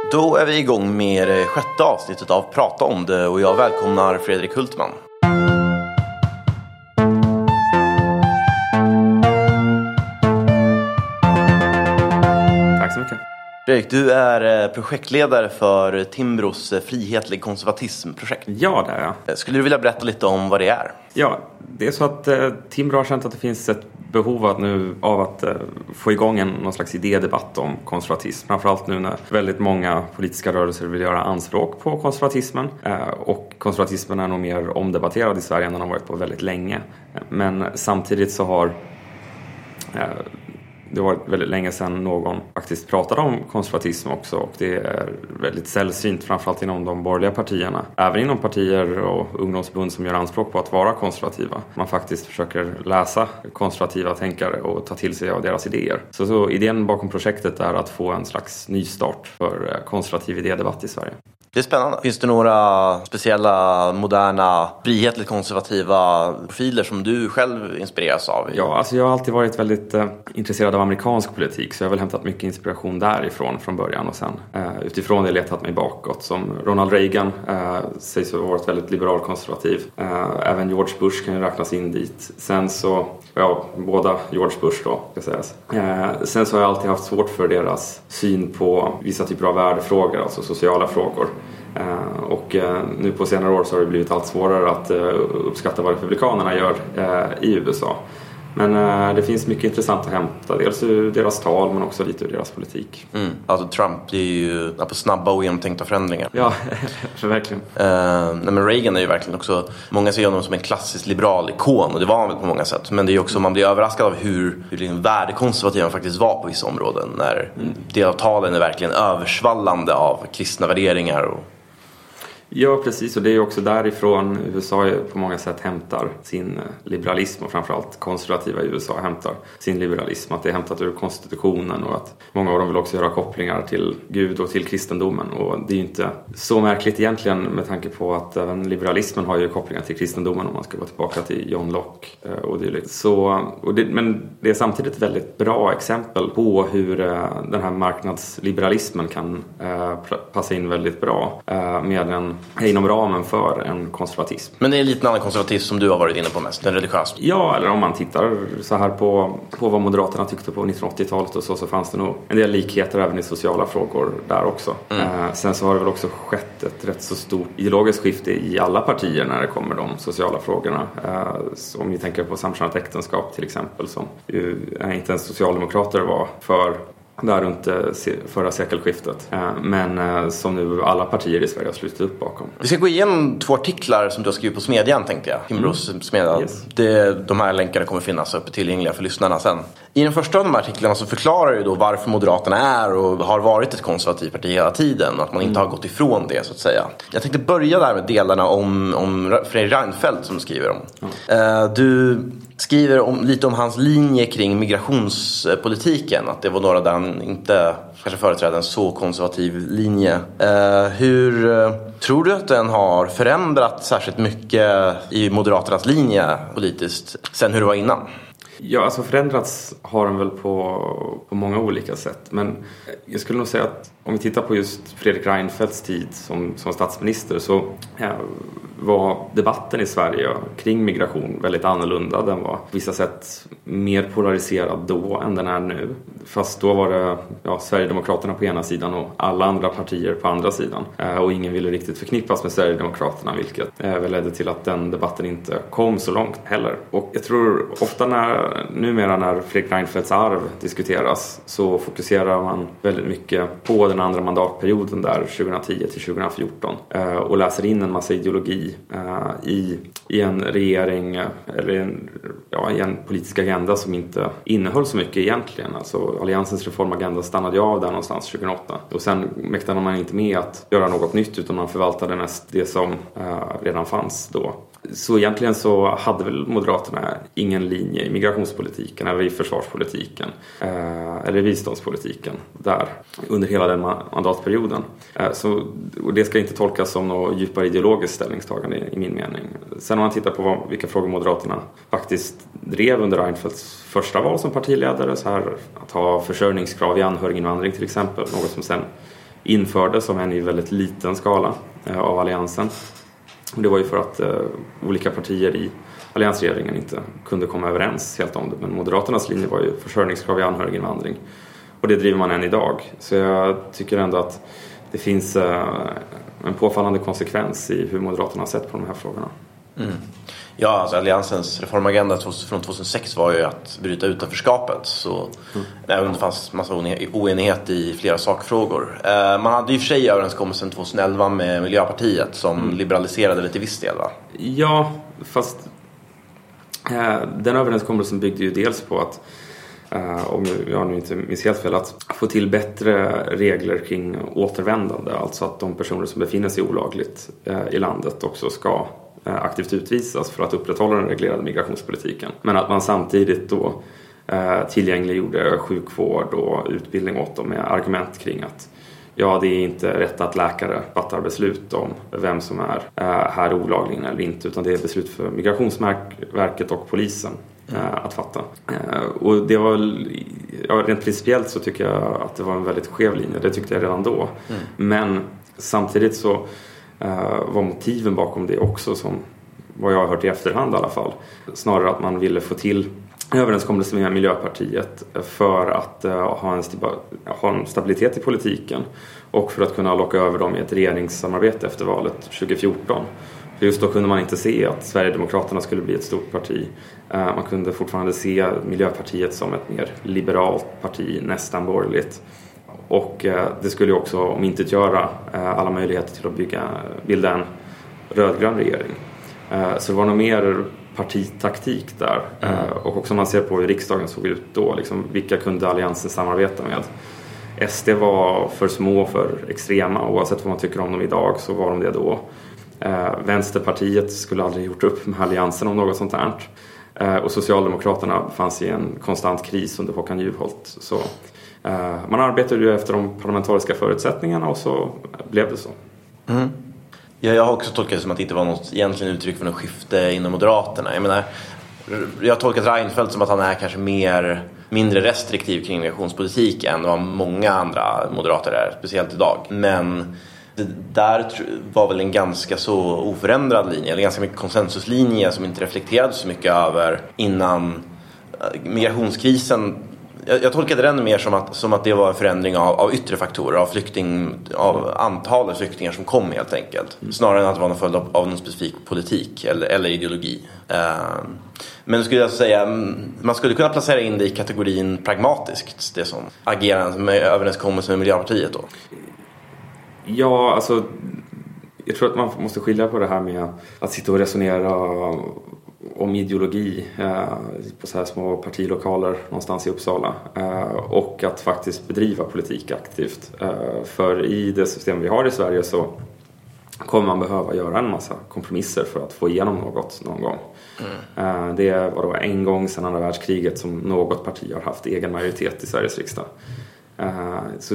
Då är vi igång med det 6:e avsnittet av Prata om det och jag välkomnar Fredrik Hultman. Tack så mycket. Fredrik, du är projektledare för Timbros frihetlig konservatismprojekt. Ja, det är jag. Skulle du vilja berätta lite om vad det är? Ja, det är så att Timbro har känt att det finns ett behov av att få igång någon slags idédebatt om konservatism. Framförallt nu när väldigt många politiska rörelser vill göra anspråk på konservatismen. Och konservatismen är nog mer omdebatterad i Sverige än den har varit på väldigt länge. Men samtidigt så har det var väldigt länge sedan någon faktiskt pratade om konservatism också, och det är väldigt sällsynt framförallt inom de borgerliga partierna. Även inom partier och ungdomsförbund som gör anspråk på att vara konservativa. Man faktiskt försöker läsa konservativa tänkare och ta till sig av deras idéer. Så idén bakom projektet är att få en slags nystart för konservativ idédebatt i Sverige. Det är spännande. Finns det några speciella, moderna, frihetligt konservativa profiler som du själv inspireras av? Ja, alltså jag har alltid varit väldigt intresserad av amerikansk politik, så jag har väl hämtat mycket inspiration därifrån från början och sen utifrån det letat mig bakåt. Som Ronald Reagan sägs ha varit väldigt liberalkonservativ. Även George Bush kan ju räknas in dit. Sen så, båda George Bush då, ska sägas. Sen så har jag alltid haft svårt för deras syn på vissa typer av värdefrågor, alltså sociala frågor. Och nu på senare år så har det blivit allt svårare att uppskatta vad republikanerna gör i USA. Men det finns mycket intressant att hämta, dels ur deras tal men också lite ur deras politik. Alltså Trump, det är ju på snabba och genomtänkta förändringar. Ja, för verkligen. Men Reagan är ju verkligen också, många ser honom som en klassisk liberal ikon, och det var han väl på många sätt. Men det är ju också, man blir överraskad av hur värdekonservativ han faktiskt var på vissa områden. När del av talen är verkligen översvallande av kristna värderingar och... Ja, precis. Och det är också därifrån USA på många sätt hämtar sin liberalism, och framförallt konservativa i USA hämtar sin liberalism. Att det är hämtat ur konstitutionen, och att många av dem vill också göra kopplingar till Gud och till kristendomen. Och det är ju inte så märkligt egentligen med tanke på att även liberalismen har ju kopplingar till kristendomen om man ska gå tillbaka till John Locke och dylikt. Men det är samtidigt ett väldigt bra exempel på hur den här marknadsliberalismen kan passa in väldigt bra med inom ramen för en konservatism. Men det är lite en annan konservatism som du har varit inne på mest, den religiös. Ja, eller om man tittar så här på vad Moderaterna tyckte på 1980-talet och så fanns det nog en del likheter även i sociala frågor där också. Sen så har det väl också skett ett rätt så stort ideologiskt skifte i alla partier när det kommer de sociala frågorna. Om ni tänker på samkönat äktenskap till exempel, som ju inte ens socialdemokrater var för där runt förra sekelskiftet. Men som nu alla partier i Sverige har slutit upp bakom. Vi ska gå igenom 2 artiklar som du har skrivit på Smedjan, tänkte jag. Timbros Smedjan. Yes. De här länkarna kommer finnas uppe tillgängliga för lyssnarna sen. I den första av de här artiklarna så förklarar du då varför Moderaterna är och har varit ett konservativt parti hela tiden. Och att man inte har gått ifrån det, så att säga. Jag tänkte börja där med delarna om Fredrik Reinfeldt som du skriver om. Du skriver lite om hans linje kring migrationspolitiken. Att det var några där han inte kanske företrädde en så konservativ linje. Hur tror du att den har förändrat särskilt mycket i Moderaternas linje politiskt sen hur det var innan? Ja, alltså förändrats har den väl på många olika sätt. Men jag skulle nog säga att om vi tittar på just Fredrik Reinfeldts tid som statsminister, så var debatten i Sverige kring migration väldigt annorlunda. Den var på vissa sätt mer polariserad då än den är nu. Fast då var det Sverigedemokraterna på ena sidan och alla andra partier på andra sidan. Och ingen ville riktigt förknippas med Sverigedemokraterna, vilket väl ledde till att den debatten inte kom så långt heller. Och jag tror ofta numera när Fredrik Reinfeldts arv diskuteras så fokuserar man väldigt mycket på den andra mandatperioden där 2010 till 2014 och läser in en massa ideologi i en regering eller i en politisk agenda som inte innehöll så mycket egentligen. Alltså Alliansens reformagenda stannade av där någonstans 2008 och sen mäktade man inte med att göra något nytt, utan man förvaltade mest det som redan fanns då. Så egentligen så hade väl Moderaterna ingen linje i migrationspolitiken eller i försvarspolitiken eller i biståndspolitiken där under hela den mandatperioden. Och det ska inte tolkas som något djupare ideologiskt ställningstagande i min mening. Sen om man tittar på vilka frågor Moderaterna faktiskt drev under Reinfeldts första val som partiledare, så här att ha försörjningskrav i anhöriginvandring till exempel, något som sen infördes, som än i väldigt liten skala, av alliansen. Och det var ju för att olika partier i alliansregeringen inte kunde komma överens helt om det. Men Moderaternas linje var ju försörjningskrav i anhöriginvandring. Och det driver man än idag. Så jag tycker ändå att det finns en påfallande konsekvens i hur Moderaterna har sett på de här frågorna. Mm. Ja, alltså alliansens reformagenda från 2006 var ju att bryta utanförskapet. Så även det fanns massa oenighet i flera sakfrågor. Man hade ju för sig överenskommelsen 2011 med Miljöpartiet som liberaliserade det till viss del, va? Ja, fast den överenskommelsen byggde ju dels på att om jag nu inte minns helt fel, att få till bättre regler kring återvändande. Alltså att de personer som befinner sig olagligt i landet också ska aktivt utvisas för att upprätthålla den reglerade migrationspolitiken. Men att man samtidigt då tillgängliggjorde sjukvård och utbildning åt dem med argument kring att ja, det är inte rätt att läkare fattar beslut om vem som är här olagligen eller inte, utan det är beslut för Migrationsverket och polisen att fatta. Och det var, rent principiellt så tycker jag att det var en väldigt skev linje. Det tyckte jag redan då. Men samtidigt så var motiven bakom det också, som vad jag har hört i efterhand i alla fall, snarare att man ville få till överenskommelse med Miljöpartiet för att ha en stabilitet i politiken och för att kunna locka över dem i ett regeringssamarbete efter valet 2014. För just då kunde man inte se att Sverigedemokraterna skulle bli ett stort parti. Man kunde fortfarande se Miljöpartiet som ett mer liberalt parti, nästan borgerligt. Och det skulle också omintetgöra alla möjligheter till att bilda en rödgrön regering. Så det var nog mer partitaktik där. Och också om man ser på hur riksdagen såg ut då, liksom, vilka kunde alliansen samarbeta med? SD var för små, för extrema, oavsett vad man tycker om dem idag så var de det då. Vänsterpartiet skulle aldrig gjort upp med alliansen om något sånt här. Och Socialdemokraterna fanns i en konstant kris under Håkan Juholt. Så man arbetade ju efter de parlamentariska förutsättningarna och så blev det så. Mm. Ja, jag har också tolkat det som att det inte var något egentligen uttryck för något skifte inom Moderaterna. Jag har tolkat Reinfeldt som att han är kanske mindre restriktiv kring migrationspolitik än vad många andra moderater är, speciellt idag. Men det där var väl en ganska så oförändrad linje, eller ganska mycket konsensuslinje som inte reflekterade så mycket över innan migrationskrisen. Jag tolkade den mer som att det var en förändring av yttre faktorer, av antalet flyktingar som kom helt enkelt. Snarare än att det var någon följd av någon specifik politik eller ideologi. Men skulle jag säga, man skulle kunna placera in det i kategorin pragmatiskt, det som agerande med överenskommelse med Miljöpartiet då. Ja, alltså jag tror att man måste skilja på det här med att sitta och resonera om ideologi på så här små partilokaler någonstans i Uppsala och att faktiskt bedriva politik aktivt. För i det system vi har i Sverige så kommer man behöva göra en massa kompromisser för att få igenom något någon gång. Det var då en gång sedan andra världskriget som något parti har haft egen majoritet i Sveriges riksdag. Så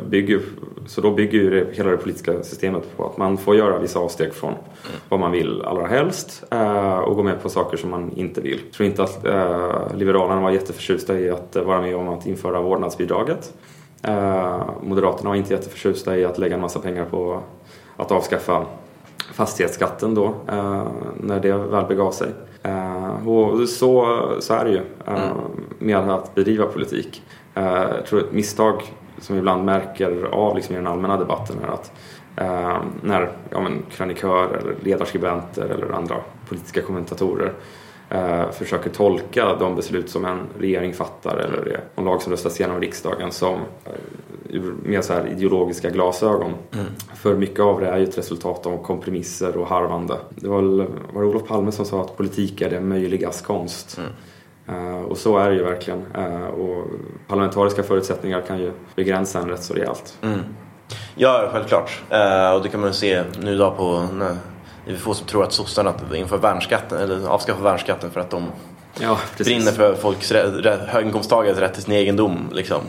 då bygger ju hela det politiska systemet på att man får göra vissa avsteg från vad man vill allra helst och gå med på saker som man inte vill. Jag tror inte att Liberalerna var jätteförtjusta i att vara med om att införa vårdnadsbidraget. Moderaterna var inte jätteförtjusta i att lägga en massa pengar på att avskaffa fastighetsskatten då när det väl begav sig. Och så är det ju med att bedriva politik. Jag tror ett misstag som vi ibland märker av liksom i den allmänna debatten är att när krönikörer eller ledarskribenter eller andra politiska kommentatorer försöker tolka de beslut som en regering fattar eller en lag som röstas igenom i riksdagen som med så här ideologiska glasögon. För mycket av det är ju ett resultat av kompromisser och harvande. Det var Olof Palme som sa att politik är det möjligas konst. Och så är det ju verkligen. Och parlamentariska förutsättningar kan ju begränsa en rätt så rejält. Ja, självklart. Och det kan man se nu idag på det är få som tror att sossarna inför värnskatten eller avskaffar värnskatten för att de brinner för folks höginkomsttagares rätt till sin egendom liksom.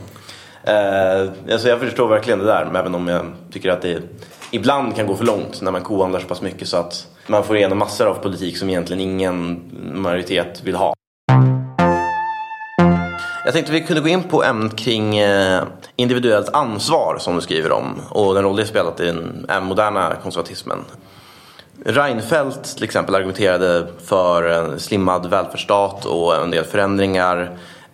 Alltså jag förstår verkligen det där, även om jag tycker att det ibland kan gå för långt när man kohandlar så pass mycket så att man får igenom massor av politik som egentligen ingen majoritet vill ha. Jag tänkte vi kunde gå in på ämnet kring individuellt ansvar som du skriver om och den roll det spelat i den moderna konservatismen. Reinfeldt till exempel argumenterade för en slimmad välfärdsstat och en del förändringar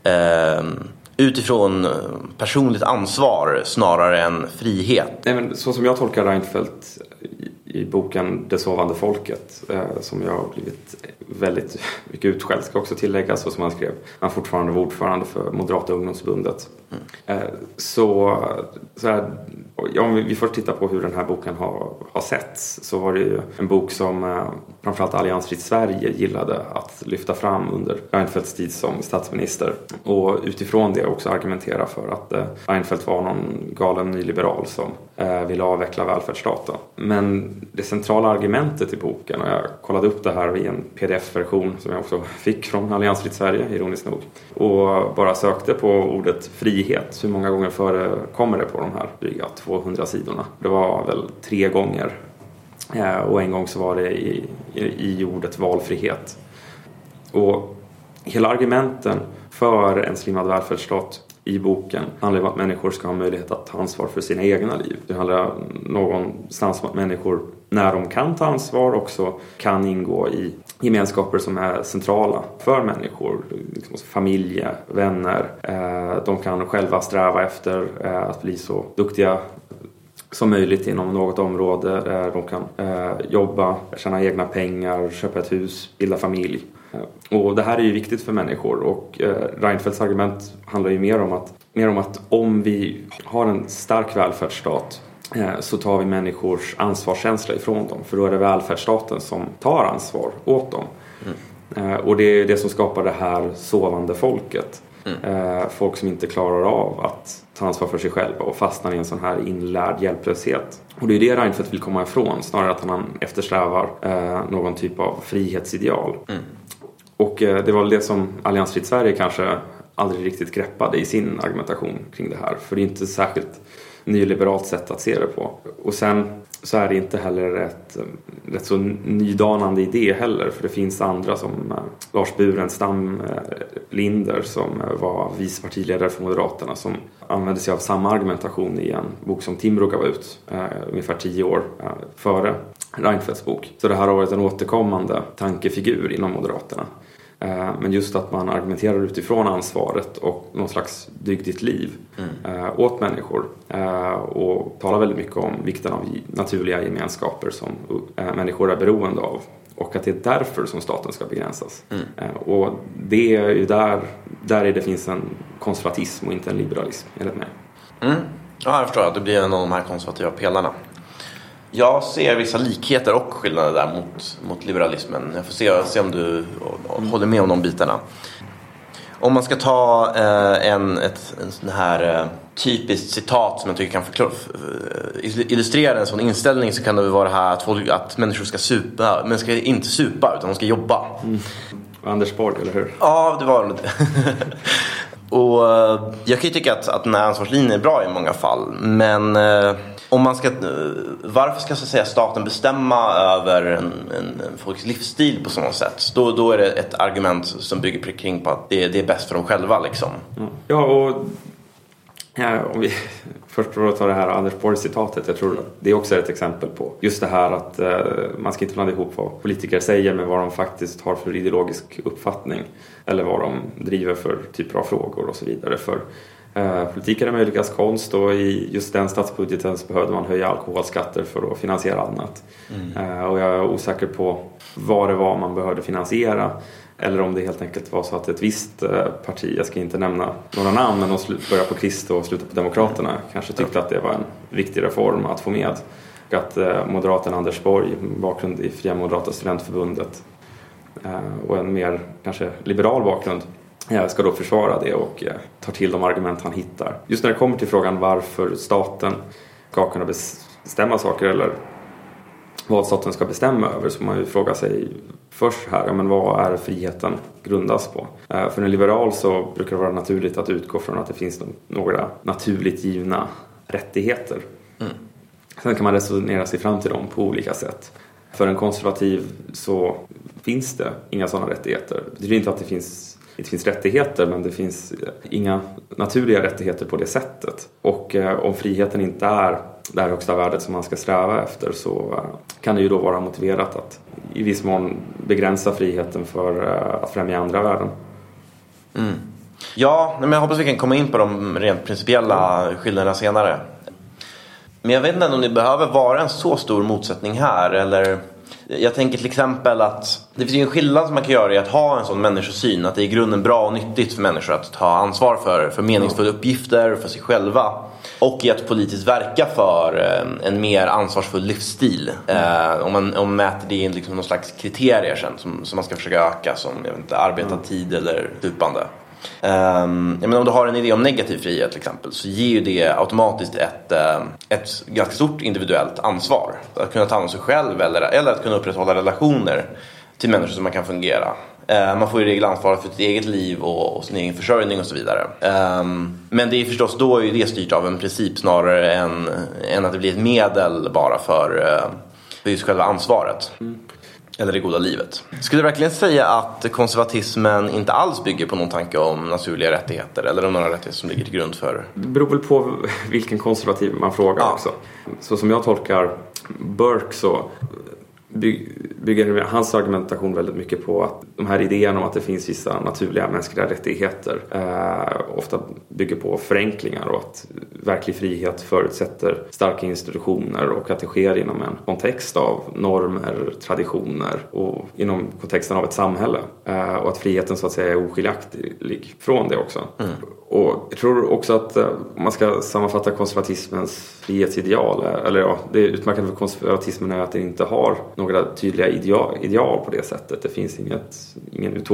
utifrån personligt ansvar snarare än frihet. Nej, men så som jag tolkar Reinfeldt i boken Det sovande folket, som jag har blivit väldigt mycket utskälld, ska också tilläggas, och som han skrev. Han fortfarande var ordförande för Moderata ungdomsförbundet. Så här, om vi först tittar på hur den här boken har setts, så var det ju en bok som framförallt Alliansfritt Sverige gillade att lyfta fram under Reinfeldts tid som statsminister, och utifrån det också argumentera för att Reinfeldt var någon galen nyliberal som ville avveckla välfärdsstaten. Men det centrala argumentet i boken, och jag kollade upp det här i en pdf-version som jag också fick från Alliansfritt Sverige, ironiskt nog, och bara sökte på ordet frihet. Hur många gånger förekommer det på de här dryga 200 sidorna? Det var väl 3 gånger. Och en gång så var det i ordet valfrihet. Och hela argumenten för en slimmad välfärdsstat i boken handlar om att människor ska ha möjlighet att ta ansvar för sina egna liv. Det handlar någonstans om att människor, när de kan ta ansvar, också kan ingå i gemenskaper som är centrala för människor. Liksom familj, vänner. De kan själva sträva efter att bli så duktiga som möjligt inom något område där de kan jobba, tjäna egna pengar, köpa ett hus, bilda familj. Och det här är ju viktigt för människor, och Reinfeldts argument handlar ju mer om att om vi har en stark välfärdsstat så tar vi människors ansvarskänsla ifrån dem, för då är det välfärdsstaten som tar ansvar åt dem. Och det är det som skapar det här sovande folket. Folk som inte klarar av att ta ansvar för sig själva och fastnar i en sån här inlärd hjälplöshet. Och det är det Reinfeldt vill komma ifrån, snarare att han eftersträvar någon typ av frihetsideal. Och det var det som Alliansfritt Sverige kanske aldrig riktigt greppade i sin argumentation kring det här. För det är inte särskilt nyliberalt sätt att se det på. Och sen så är det inte heller ett rätt så nydanande idé heller. För det finns andra som Lars Burenstam Linder, som var vice partiledare för Moderaterna, som använde sig av samma argumentation i en bok som Timbro gav ut ungefär 10 år före Reinfeldts bok. Så det här har varit en återkommande tankefigur inom Moderaterna. Men just att man argumenterar utifrån ansvaret och någon slags dygdigt liv åt människor, och talar väldigt mycket om vikten av naturliga gemenskaper som människor är beroende av, och att det är därför som staten ska begränsas. Och det är ju där det finns en konservatism och inte en liberalism, enligt mig. Ja, jag förstår att det blir en av de här konservativa pelarna. Jag ser vissa likheter och skillnader där mot liberalismen. Jag får se om du håller med om de bitarna. Om man ska ta en sån här typiskt citat som jag tycker kan illustrera en sån inställning, så kan det vara det här att människor ska supa, men ska inte supa utan de ska jobba. Anders Borg, eller hur? Ja, det var det. Och jag kan ju tycka att den här ansvarslinjen är bra i många fall, men om man ska, varför ska så att säga staten bestämma över en folks livsstil på sådant sätt? Då är det ett argument som bygger kring på att det är bäst för dem själva liksom. Ja, och om vi först tar det här Anders Borg-citatet, jag tror det är också ett exempel på just det här att man ska inte blanda ihop vad politiker säger med vad de faktiskt har för ideologisk uppfattning, eller vad de driver för typer av frågor och så vidare. För politik är det möjligas konst, och i just den statsbudgeten så behövde man höja alkoholskatter för att finansiera annat. Och jag är osäker på vad det var man behövde finansiera, eller om det helt enkelt var så att ett visst parti, jag ska inte nämna några namn, men de började på Krist och slutade på Demokraterna, kanske tyckte att det var en viktig reform att få med. Och att moderaten Anders Borg, bakgrund i Fria Moderata Studentförbundet, och en mer kanske liberal bakgrund, ska då försvara det och tar till de argument han hittar. Just när det kommer till frågan varför staten ska kunna bestämma saker, eller vad staten ska bestämma över, så man ju fråga sig först här, men vad är friheten grundas på? För en liberal så brukar det vara naturligt att utgå från att det finns några naturligt givna rättigheter. Sen kan man resonera sig fram till dem på olika sätt. För en konservativ så finns det inga sådana rättigheter. Det betyder inte att det finns inte finns rättigheter, men det finns inga naturliga rättigheter på det sättet. Och om friheten inte är det här högsta värdet som man ska sträva efter, så kan det ju då vara motiverat att i viss mån begränsa friheten för att främja andra värden. Ja, men jag hoppas vi kan komma in på de rent principiella skillnaderna senare. Men jag vet inte om det behöver vara en så stor motsättning här. Eller jag tänker till exempel att det finns ju en skillnad som man kan göra i att ha en sån människosyn. Att det är i grunden bra och nyttigt för människor att ta ansvar för meningsfulla uppgifter, för sig själva. Och i att politiskt verka för en mer ansvarsfull livsstil. Om man mäter det i liksom någon slags kriterier sen, som man ska försöka öka, som arbetad tid eller stupande. Om du har en idé om negativ frihet till exempel, så ger ju det automatiskt ett ganska stort individuellt ansvar. Att kunna ta hand om sig själv eller att kunna upprätthålla relationer till människor som man kan fungera. Man får i regel ansvar för sitt eget liv och sin egen försörjning och så vidare. Men det är förstås då är det styrt av en princip snarare än att det blir ett medel bara för just själva ansvaret. Eller det goda livet. Skulle du verkligen säga att konservatismen inte alls bygger på någon tanke om naturliga rättigheter? Eller om några rättigheter som ligger till grund för... Det beror väl på vilken konservativ man frågar också. Så som jag tolkar Burke, så bygger hans argumentation väldigt mycket på att de här idéerna om att det finns vissa naturliga mänskliga rättigheter ofta bygger på förenklingar, och att verklig frihet förutsätter starka institutioner och att det sker inom en kontext av normer, traditioner och inom kontexten av ett samhälle, och att friheten så att säga är oskiljaktig från det också. Och jag tror också att man ska sammanfatta konservatismens frihets-ideal, eller det utmärkande för konservatismen är att det inte har några tydliga ideal på det sättet. Det finns inget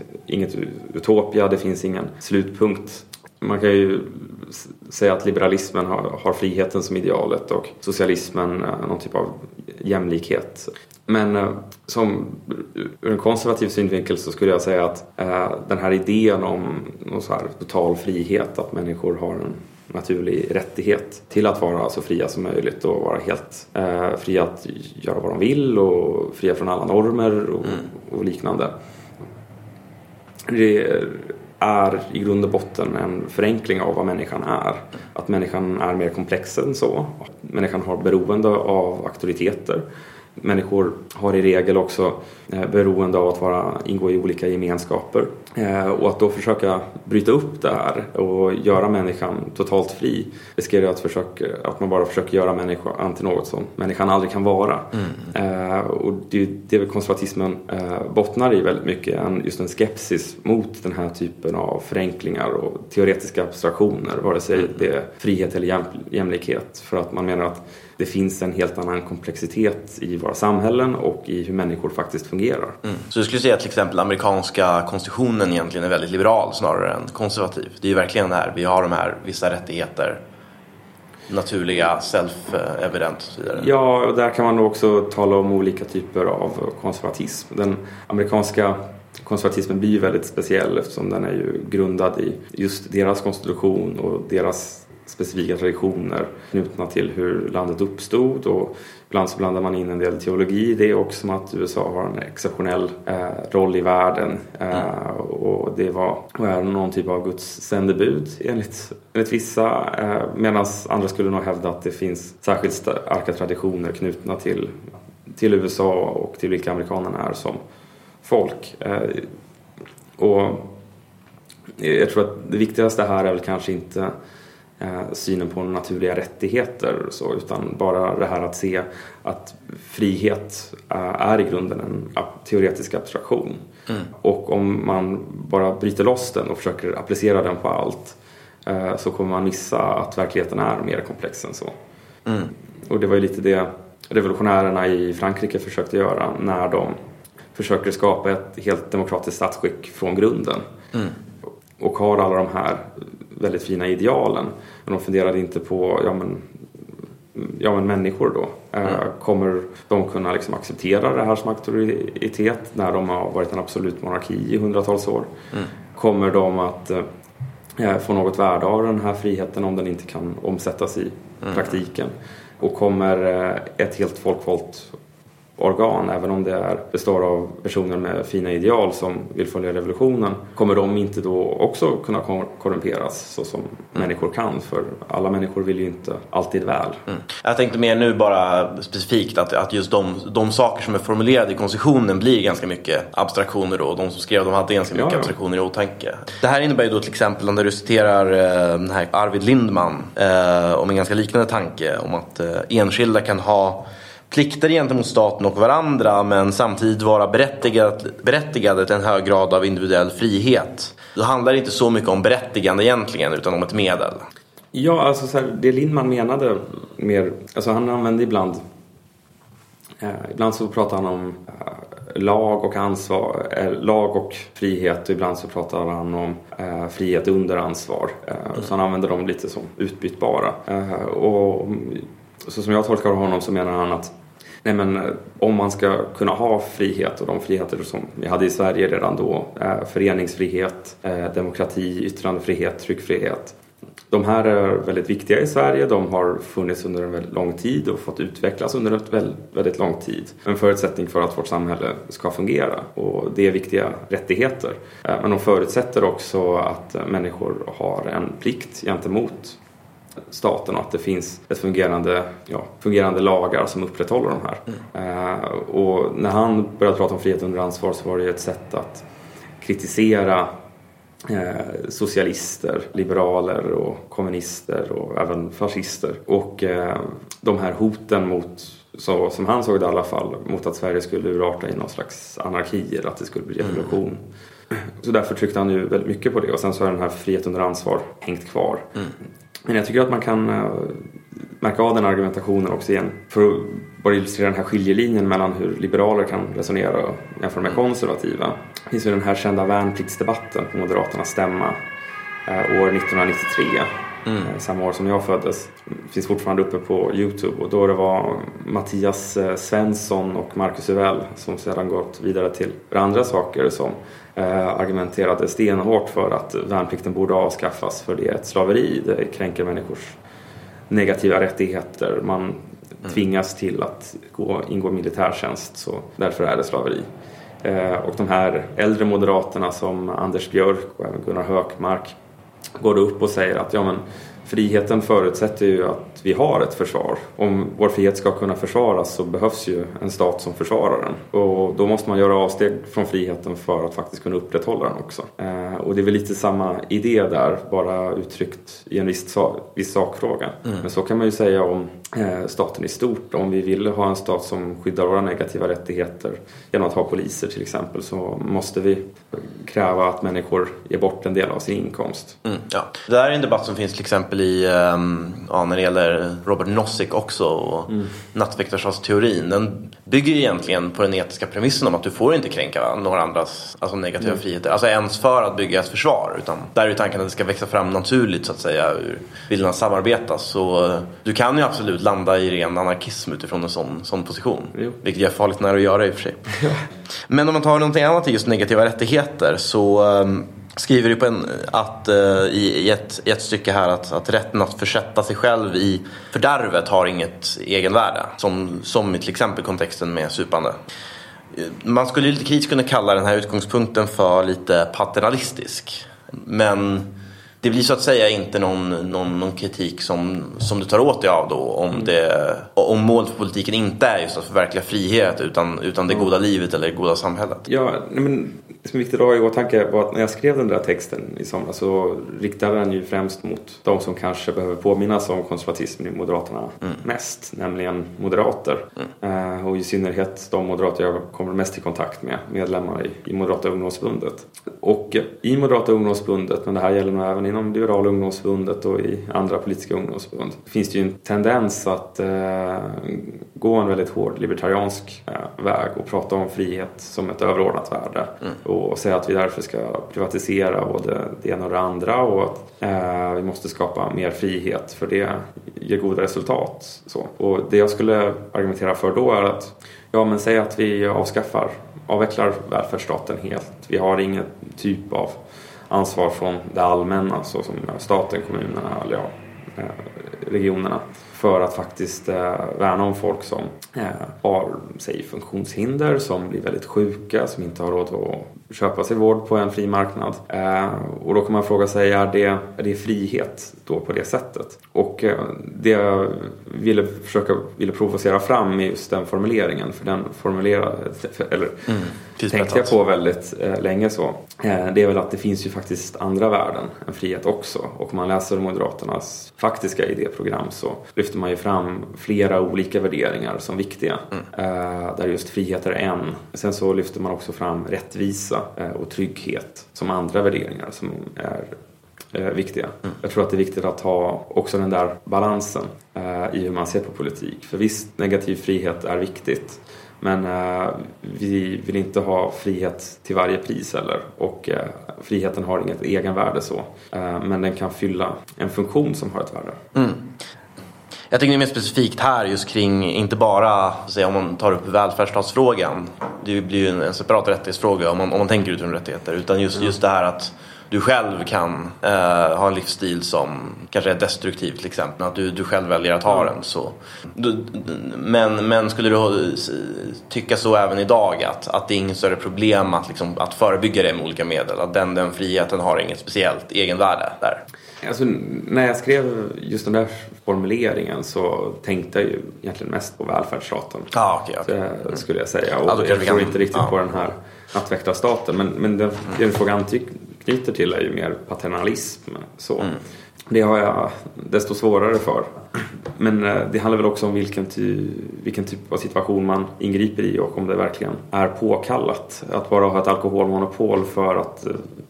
utopia, det finns ingen slutpunkt. Man kan ju säga att liberalismen har friheten som idealet och socialismen någon typ av jämlikhet. Men som ur en konservativ synvinkel så skulle jag säga att den här idén om någon så här total frihet, att människor har en naturlig rättighet till att vara så fria som möjligt och vara helt fria att göra vad de vill och fria från alla normer och liknande. Det är i grund och botten en förenkling av vad människan är. Att människan är mer komplex än så. Människan har beroende av auktoriteter. Människor har i regel också beroende av att ingå i olika gemenskaper. Och att då försöka bryta upp det här och göra människan totalt fri riskerar att man bara försöker göra människan till något som människan aldrig kan vara. Och det konservatismen bottnar i väldigt mycket, just en skepsis mot den här typen av förenklingar och teoretiska abstraktioner, vare sig det är frihet eller jämlikhet, för att man menar att det finns en helt annan komplexitet i våra samhällen och i hur människor faktiskt fungerar. Så du skulle säga att till exempel amerikanska konstitutionen egentligen är väldigt liberal snarare än konservativ? Det är ju verkligen det här. Vi har de här vissa rättigheter, naturliga, self-evident och så vidare. Ja, och där kan man också tala om olika typer av konservatism. Den amerikanska konservatismen blir ju väldigt speciell eftersom den är ju grundad i just deras konstitution och deras specifika traditioner knutna till hur landet uppstod, och ibland så blandar man in en del teologi i det också, som att USA har en exceptionell roll i världen och det är någon typ av Guds sändebud enligt vissa, medan andra skulle nog hävda att det finns särskilt starka traditioner knutna till USA och till vilka amerikanerna är som folk. Och jag tror att det viktigaste här är väl kanske inte synen på naturliga rättigheter så, utan bara det här att se att frihet är i grunden en teoretisk abstraktion. Och om man bara bryter loss den och försöker applicera den på allt, så kommer man missa att verkligheten är mer komplex än så. Och det var ju lite det revolutionärerna i Frankrike försökte göra när de försöker skapa ett helt demokratiskt statsskick från grunden. Och har alla de här väldigt fina idealen. Men de funderade inte på människor då. Kommer de kunna liksom acceptera det här som auktoritet när de har varit en absolut monarki i hundratals år? Kommer de att få något värde av den här friheten om den inte kan omsättas i praktiken? Och kommer ett helt folkvalt organ, även om det består av personer med fina ideal som vill följa revolutionen, kommer de inte då också kunna korrumperas så som människor kan, för alla människor vill ju inte alltid väl. Jag tänkte mer nu bara specifikt att just de saker som är formulerade i konstitutionen blir ganska mycket abstraktioner då. De som skrev, de hade ganska mycket abstraktioner i åtanke. Det här innebär ju då till exempel, om du citerar den här Arvid Lindman om en ganska liknande tanke om att enskilda kan ha plikter gentemot staten och varandra, men samtidigt vara berättigade till en hög grad av individuell frihet. Då handlar det inte så mycket om berättigande egentligen, utan om ett medel. Ja, alltså så här, det Lindman menade mer, alltså han använde ibland så pratar han om lag och ansvar, lag och frihet, och ibland så pratar han om frihet under ansvar. Så han använder dem lite som utbytbara. Och så som jag tolkar honom så menar han att om man ska kunna ha frihet, och de friheter som vi hade i Sverige redan då, föreningsfrihet, demokrati, yttrandefrihet, tryckfrihet. De här är väldigt viktiga i Sverige. De har funnits under en väldigt lång tid och fått utvecklas under ett väldigt lång tid. En förutsättning för att vårt samhälle ska fungera. Och det är viktiga rättigheter. Men de förutsätter också att människor har en plikt gentemot staten och att det finns ett fungerande lagar som upprätthåller de här. Och när han började prata om frihet under ansvar så var det ett sätt att kritisera socialister, liberaler och kommunister och även fascister. Och de här hoten mot, så som han såg det i alla fall, mot att Sverige skulle urarta i någon slags anarki eller att det skulle bli revolution. Så därför tryckte han ju väldigt mycket på det. Och sen så har den här frihet under ansvar hängt kvar. Men jag tycker att man kan märka av den argumentationen också igen. För att bara illustrera den här skiljelinjen mellan hur liberaler kan resonera jämfört med konservativa. Det finns ju den här kända värnpliktsdebatten på Moderaternas stämma år 1993. Samma år som jag föddes. Finns fortfarande uppe på YouTube. Och då det var Mattias Svensson och Marcus Uvell som sedan gått vidare till andra saker som argumenterade stenhårt för att värnplikten borde avskaffas, för det är ett slaveri. Det kränker människors negativa rättigheter. Man tvingas till att ingå militärtjänst, så därför är det slaveri. Och de här äldre moderaterna som Anders Björk och även Gunnar Hökmark går upp och säger att friheten förutsätter ju att vi har ett försvar. Om vår frihet ska kunna försvaras så behövs ju en stat som försvarar den. Och då måste man göra avsteg från friheten för att faktiskt kunna upprätthålla den också. Och det är väl lite samma idé där, bara uttryckt i en viss sakfråga. Men så kan man ju säga om staten i stort. Om vi vill ha en stat som skyddar våra negativa rättigheter genom att ha poliser till exempel, så måste vi kräva att människor ger bort en del av sin inkomst. Ja. Det här är en debatt som finns till exempel i när det gäller Robert Nozick också och nattväktarstatsteorin. Den bygger egentligen på den etiska premissen om att du får inte kränka några andras negativa friheter. Alltså ens för att bygga ett försvar. Utan där är tanken att det ska växa fram naturligt så att säga ur viljan att samarbeta. Så du kan ju absolut landa i ren anarkism utifrån en sån position. Vilket är farligt när att göra i och för sig. Men om man tar någonting annat till just negativa rättigheter så skriver du på i ett stycke här att rätten att försätta sig själv i fördärvet har inget egenvärde. Som i till exempel kontexten med supande. Man skulle lite kritiskt kunna kalla den här utgångspunkten för lite paternalistisk. Men det blir så att säga inte någon kritik som du tar åt dig av då om mål för politiken inte är just att förverkliga frihet utan det goda livet eller det goda samhället. Ja, men det som är viktigt att ha i åtanke var att när jag skrev den där texten i somras så riktade den ju främst mot de som kanske behöver påminnas om konservatismen i Moderaterna mest, nämligen moderater. Och i synnerhet de moderater jag kommer mest i kontakt med, medlemmar i Moderata ungdomsförbundet. Och i Moderata ungdomsförbundet, men det här gäller nog även inom Liberala ungdomsförbundet och i andra politiska ungdomsförbund, finns det ju en tendens att gå en väldigt hård libertariansk väg och prata om frihet som ett överordnat värde. Och säga att vi därför ska privatisera både det ena och det andra och att vi måste skapa mer frihet för det ger goda resultat. Så. Och det jag skulle argumentera för då är att säg att vi avvecklar välfärdsstaten helt. Vi har ingen typ av ansvar från det allmänna så som staten, kommunerna eller regionerna för att faktiskt värna om folk som har funktionshinder, som blir väldigt sjuka, som inte har råd att köpa sig vård på en fri marknad. Och då kan man fråga sig, är det frihet då på det sättet? Och det jag ville provocera fram är just den formuleringen, för den tänkte jag på väldigt länge så. Det är väl att det finns ju faktiskt andra värden än frihet också. Och om man läser Moderaternas faktiska idéprogram så lyfter man ju fram flera olika värderingar som viktiga. Där just frihet är en. Sen så lyfter man också fram rättvisa och trygghet som andra värderingar som är viktiga. Jag tror att det är viktigt att ha också den där balansen i hur man ser på politik. För visst, negativ frihet är viktigt. Men vi vill inte ha frihet till varje pris heller. Och friheten har inget egenvärde så. Men den kan fylla en funktion som har ett värde. Jag tänker mer specifikt här just kring, inte bara om man tar upp välfärdsstatsfrågan. Det blir ju en separat rättighetsfråga om man tänker utifrån rättigheter. Utan just det här att du själv kan ha en livsstil som kanske är destruktiv till exempel. Att du själv väljer att ha den så. Men skulle du tycka så även idag att det är inget större problem att förebygga det med olika medel? Att den friheten har inget speciellt egenvärde där? Alltså, när jag skrev just den där formuleringen så tänkte jag ju egentligen mest på välfärdsstaten. Okay. Skulle jag säga. Och jag tror inte riktigt på den här nattväktarstaten. Men den frågan knyter till är ju mer paternalism. Så. Det har jag desto svårare för. Men det handlar väl också om vilken typ av situation man ingriper i och om det verkligen är påkallat. Att bara ha ett alkoholmonopol för att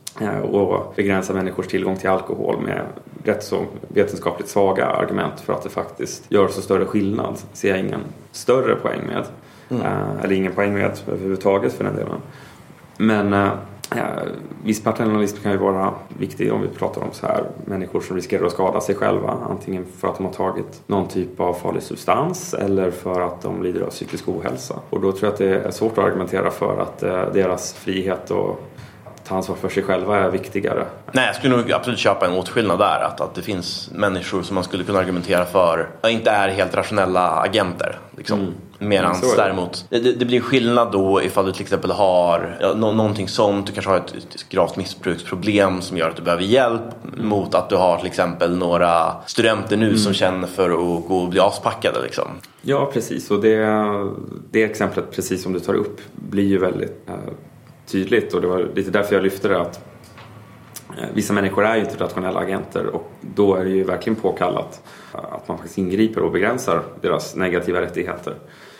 och begränsa människors tillgång till alkohol med rätt så vetenskapligt svaga argument för att det faktiskt gör så större skillnad ser jag ingen större poäng med. Eller ingen poäng med överhuvudtaget för den delen. Men viss paternalism kan ju vara viktig om vi pratar om så här människor som riskerar att skada sig själva, antingen för att de har tagit någon typ av farlig substans eller för att de lider av psykisk ohälsa. Och då tror jag att det är svårt att argumentera för att deras frihet och ta ansvar för sig själva är viktigare. Nej, jag skulle nog absolut köpa en åtskillnad där. Att det finns människor som man skulle kunna argumentera för inte är helt rationella agenter. Medans däremot det blir skillnad då ifall du till exempel har någonting sånt. Du kanske har ett gravt missbruksproblem som gör att du behöver hjälp. Mot att du har till exempel några studenter nu som känner för att gå och bli avspackade. Ja, precis. Och det exemplet precis som du tar upp blir ju väldigt tydligt, och det var lite därför jag lyfte det, att vissa människor är ju inte rationella agenter, och då är det ju verkligen påkallat att man faktiskt ingriper och begränsar deras negativa rättigheter.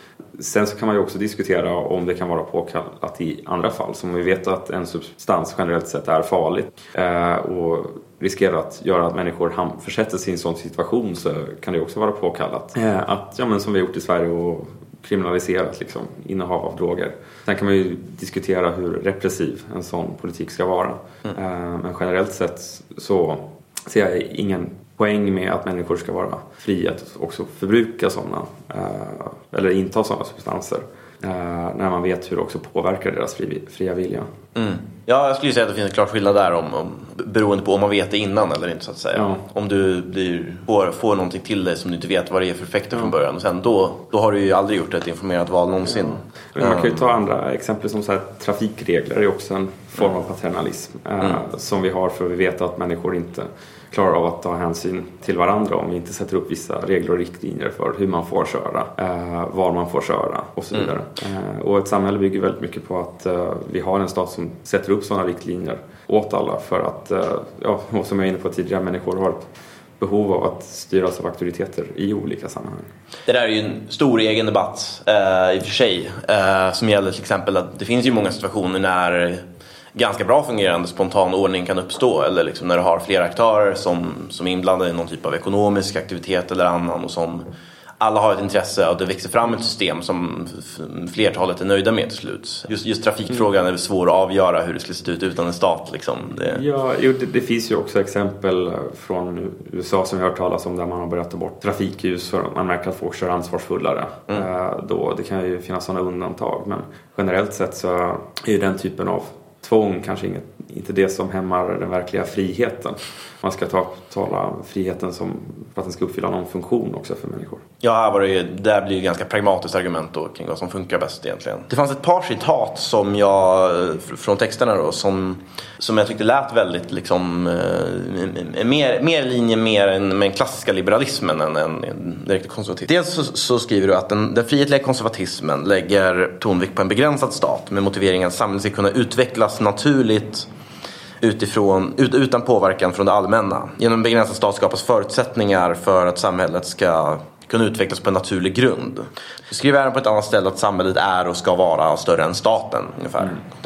Sen så kan man ju också diskutera om det kan vara påkallat i andra fall, som vi vet att en substans generellt sett är farligt och riskerar att göra att människor försätter sig i en sån situation, så kan det också vara påkallat att, som vi har gjort i Sverige, och kriminaliserat innehav av droger. Sen kan man ju diskutera hur repressiv en sån politik ska vara. Men generellt sett så ser jag ingen poäng med att människor ska vara fria att också förbruka sådana eller inta sådana substanser när man vet hur det också påverkar deras fria vilja. Ja, jag skulle säga att det finns en klar skillnad där beroende på om man vet det innan eller inte, så att säga. Ja. Om du får någonting till dig som du inte vet vad det är för effekter från början, och sen då har du ju aldrig gjort ett informerat val någonsin. Ja. Man kan ju ta andra exempel som så här, trafikregler är också en form av paternalism som vi har, för vi vet att människor inte klarar av att ta hänsyn till varandra om vi inte sätter upp vissa regler och riktlinjer för hur man får köra, var man får köra och så vidare. Och ett samhälle bygger väldigt mycket på att vi har en stat som sätter upp sådana riktlinjer åt alla, för att, och som jag är inne på tidigare, människor har ett behov av att styras av auktoriteter i olika sammanhang. Det där är ju en stor egen debatt i och för sig, som gäller till exempel att det finns ju många situationer när ganska bra fungerande spontan ordning kan uppstå, eller när du har flera aktörer som är inblandade i någon typ av ekonomisk aktivitet eller annan, och som alla har ett intresse, och det växer fram ett system som flertalet är nöjda med till slut. Just trafikfrågan är svår att avgöra hur det skulle se ut utan en stat. Ja, det finns ju också exempel från USA som vi har hört talas om, där man har börjat ta bort trafikljus för att man märker att folk kör ansvarsfullare. Då, det kan ju finnas sådana undantag, men generellt sett så är ju den typen av tvång kanske inte det som hämmar den verkliga friheten. Man ska tala friheten som för att den ska uppfylla någon funktion också för människor. Ja, här var det blir ju ganska pragmatiskt argument då kring vad som funkar bäst egentligen. Det fanns ett par citat som från texterna då som jag tyckte lät väldigt liksom mer linje med den klassiska liberalismen än direkt konservativ. Dels så skriver du att den frihetliga konservatismen lägger tonvikt på en begränsad stat med motiveringen att samhället ska kunna utvecklas naturligt utan påverkan från det allmänna. Genom en begränsad stat skapas förutsättningar för att samhället ska kunna utvecklas på en naturlig grund. Du skriver även på ett annat ställe att samhället är och ska vara större än staten ungefär.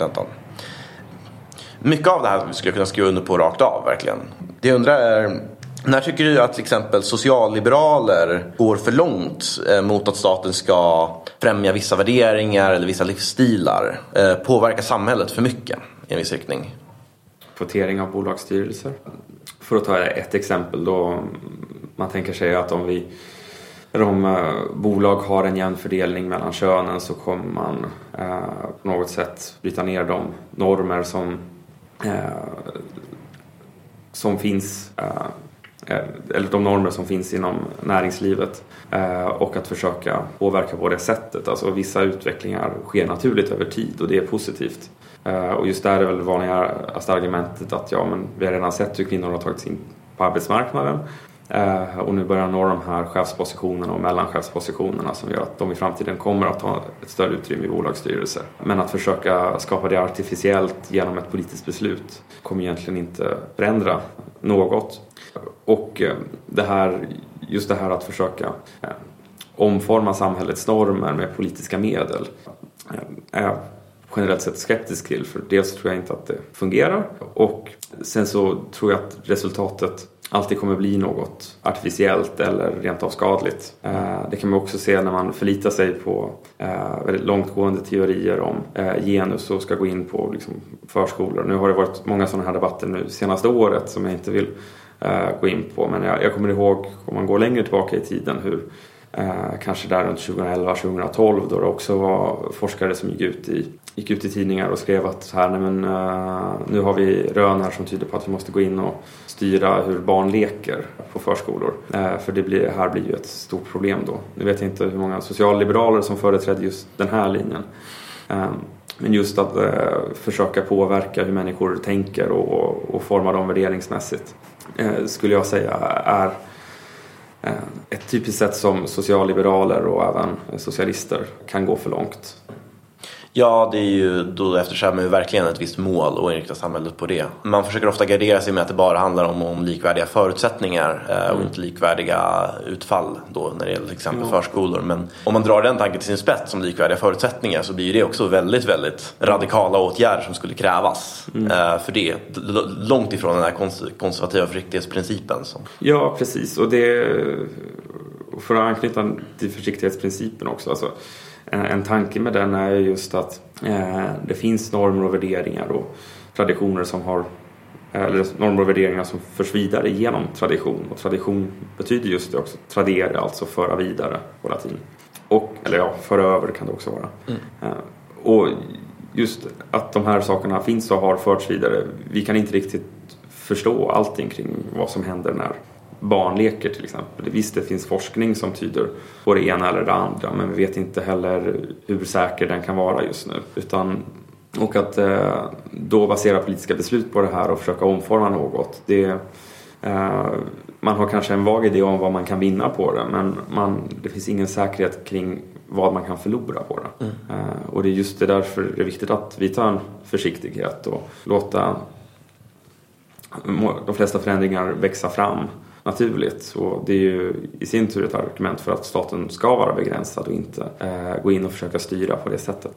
Mycket av det här skulle jag kunna skriva under på rakt av verkligen. Det jag undrar är, när tycker du att till exempel socialliberaler går för långt mot att staten ska främja vissa värderingar eller vissa livsstilar, påverka samhället för mycket i en viss riktning? Kvotering av bolagsstyrelser. För att ta ett exempel då, man tänker sig att om bolag har en jämn fördelning mellan könen så kommer man på något sätt bryta ner de normer som finns eller de normer som finns inom näringslivet och att försöka påverka på det sättet. Alltså vissa utvecklingar sker naturligt över tid och det är positivt. Och just där är väl vanligaste argumentet att vi har redan sett hur kvinnor har tagit sig in på arbetsmarknaden och nu börjar nå de här chefspositionerna och mellanchefspositionerna som gör att de i framtiden kommer att ha ett större utrymme i bolagsstyrelser. Men att försöka skapa det artificiellt genom ett politiskt beslut kommer egentligen inte förändra något. Och just det här att försöka omforma samhällets normer med politiska medel är generellt sett skeptisk till, för dels tror jag inte att det fungerar och sen så tror jag att resultatet alltid kommer bli något artificiellt eller rent av skadligt. Det kan man också se när man förlitar sig på väldigt långtgående teorier om genus och ska gå in på liksom, förskolor. Nu har det varit många sådana här debatter nu senaste året som jag inte vill gå in på, men jag kommer ihåg om man går längre tillbaka i tiden hur kanske där runt 2011-2012 då det också var forskare som gick ut i tidningar och skrev att så här, nu har vi rön här som tyder på att vi måste gå in och styra hur barn leker på förskolor. För det här blir ju ett stort problem då. Nu vet jag inte hur många socialliberaler som företräder just den här linjen. Men just att försöka påverka hur människor tänker och forma dem värderingsmässigt skulle jag säga är ett typiskt sätt som socialliberaler och även socialister kan gå för långt. Ja, det är ju då eftersträvar man verkligen ett visst mål och inriktar samhället på det. Man försöker ofta gardera sig med att det bara handlar om likvärdiga förutsättningar och inte likvärdiga utfall då när det gäller till exempel förskolor. Men om man drar den tanken till sin spets som likvärdiga förutsättningar så blir det också väldigt, väldigt radikala åtgärder som skulle krävas för det. Långt ifrån den här konservativa försiktighetsprincipen. Ja, precis. Och för att anknyta till försiktighetsprincipen också, alltså en tanke med den är just att det finns normer och värderingar och traditioner eller normer och värderingar som förs vidare genom tradition. Och tradition betyder just det också, tradere, alltså föra vidare på latin. Föra över kan det också vara. Och just att de här sakerna finns och har förts vidare. Vi kan inte riktigt förstå allting kring vad som händer när barn leker till exempel. Visst, det finns forskning som tyder på det ena eller det andra, men vi vet inte heller hur säker den kan vara just nu. Och att då basera politiska beslut på det här och försöka omforma något, man har kanske en vag idé om vad man kan vinna på det, men det finns ingen säkerhet kring vad man kan förlora på det. Och det är just det därför det är viktigt att vi tar en försiktighet och låta de flesta förändringar växa fram naturligt. Och det är ju i sin tur ett argument för att staten ska vara begränsad och inte gå in och försöka styra på det sättet.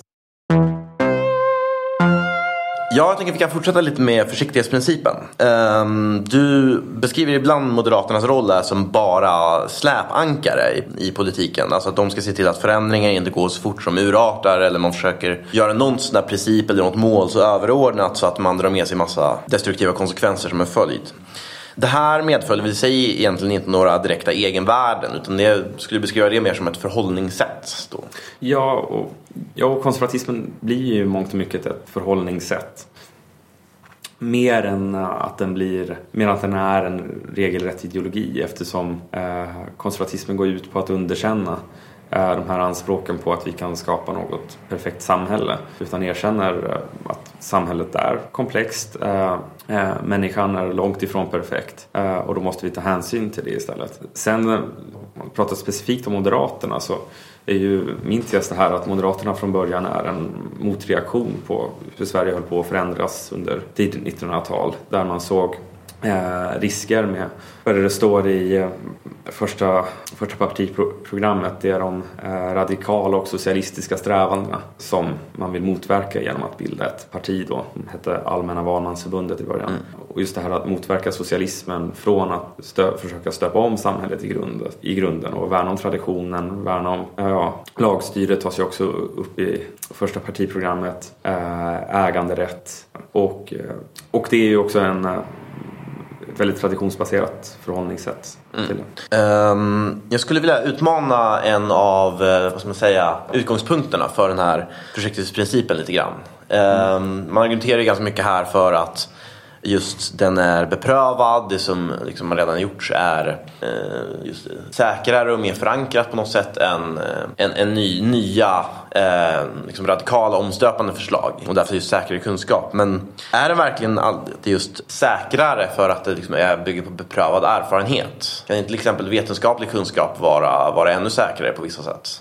Ja, jag tänker att vi kan fortsätta lite med försiktighetsprincipen. Du beskriver ibland Moderaternas roll där som bara släpankare i politiken. Alltså att de ska se till att förändringar inte går så fort som urartar, eller man försöker göra någon sån där princip eller något mål så överordnat så att man drar med sig massa destruktiva konsekvenser som en följd. Det här medföljer väl sig egentligen inte några direkta egenvärden, utan det skulle beskriva det mer som ett förhållningssätt då. Ja, och konservatismen blir ju mångt och mycket ett förhållningssätt. mer än att den är en regelrätt ideologi, eftersom konservatismen går ut på att underkänna de här anspråken på att vi kan skapa något perfekt samhälle, utan erkänner att samhället är komplext, människan är långt ifrån perfekt, och då måste vi ta hänsyn till det istället. Sen, om man pratar specifikt om Moderaterna, så är ju min tes det här att Moderaterna från början är en motreaktion på hur Sverige höll på att förändras under tidigt 1900-tal, där man såg risker med vad det står i första partiprogrammet. Det är de radikala och socialistiska strävandena som man vill motverka genom att bilda ett parti då. Det hette Allmänna valmansförbundet i början. Och just det här att motverka socialismen från att försöka stöpa om samhället i grunden och värna om traditionen, värna om lagstyret tas ju också upp i första partiprogrammet, äganderätt och det är ju också en väldigt traditionsbaserat förhållningssätt till det. Jag skulle vilja utmana en av utgångspunkterna för den här projektprincipen lite grann. Man argumenterar ganska mycket här för att just den är beprövad. Det som liksom redan gjorts är just säkrare och mer förankrat på något sätt än nya liksom radikala omstöpande förslag, och därför just säkrare kunskap. Men är det verkligen just säkrare för att det liksom bygger på beprövad erfarenhet? Kan inte till exempel vetenskaplig kunskap vara ännu säkrare på vissa sätt?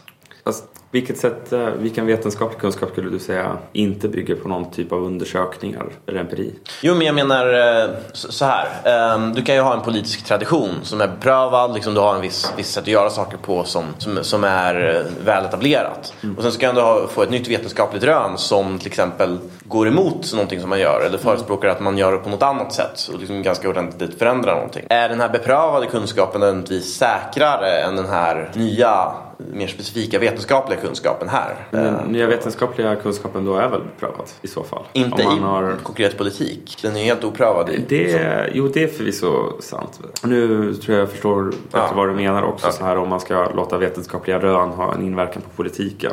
Vilken vetenskaplig kunskap skulle du säga inte bygger på någon typ av undersökningar eller empiri? Jo, men jag menar så här. Du kan ju ha en politisk tradition som är beprövad. Liksom du har en viss sätt att göra saker på som är väl etablerat. Och sen så kan du få ett nytt vetenskapligt rön som till exempel går emot någonting som man gör, eller förespråkar att man gör det på något annat sätt och liksom ganska ordentligt förändrar någonting. Är den här beprövade kunskapen nödvändigtvis säkrare än den här nya, mer specifika vetenskapliga kunskapen här? Den nya vetenskapliga kunskapen då är väl beprövad i så fall? Inte i konkret politik. Den är helt oprövad. Det är förvisso sant. Nu tror jag förstår vad du menar också. Så här, om man ska låta vetenskapliga rön ha en inverkan på politiken.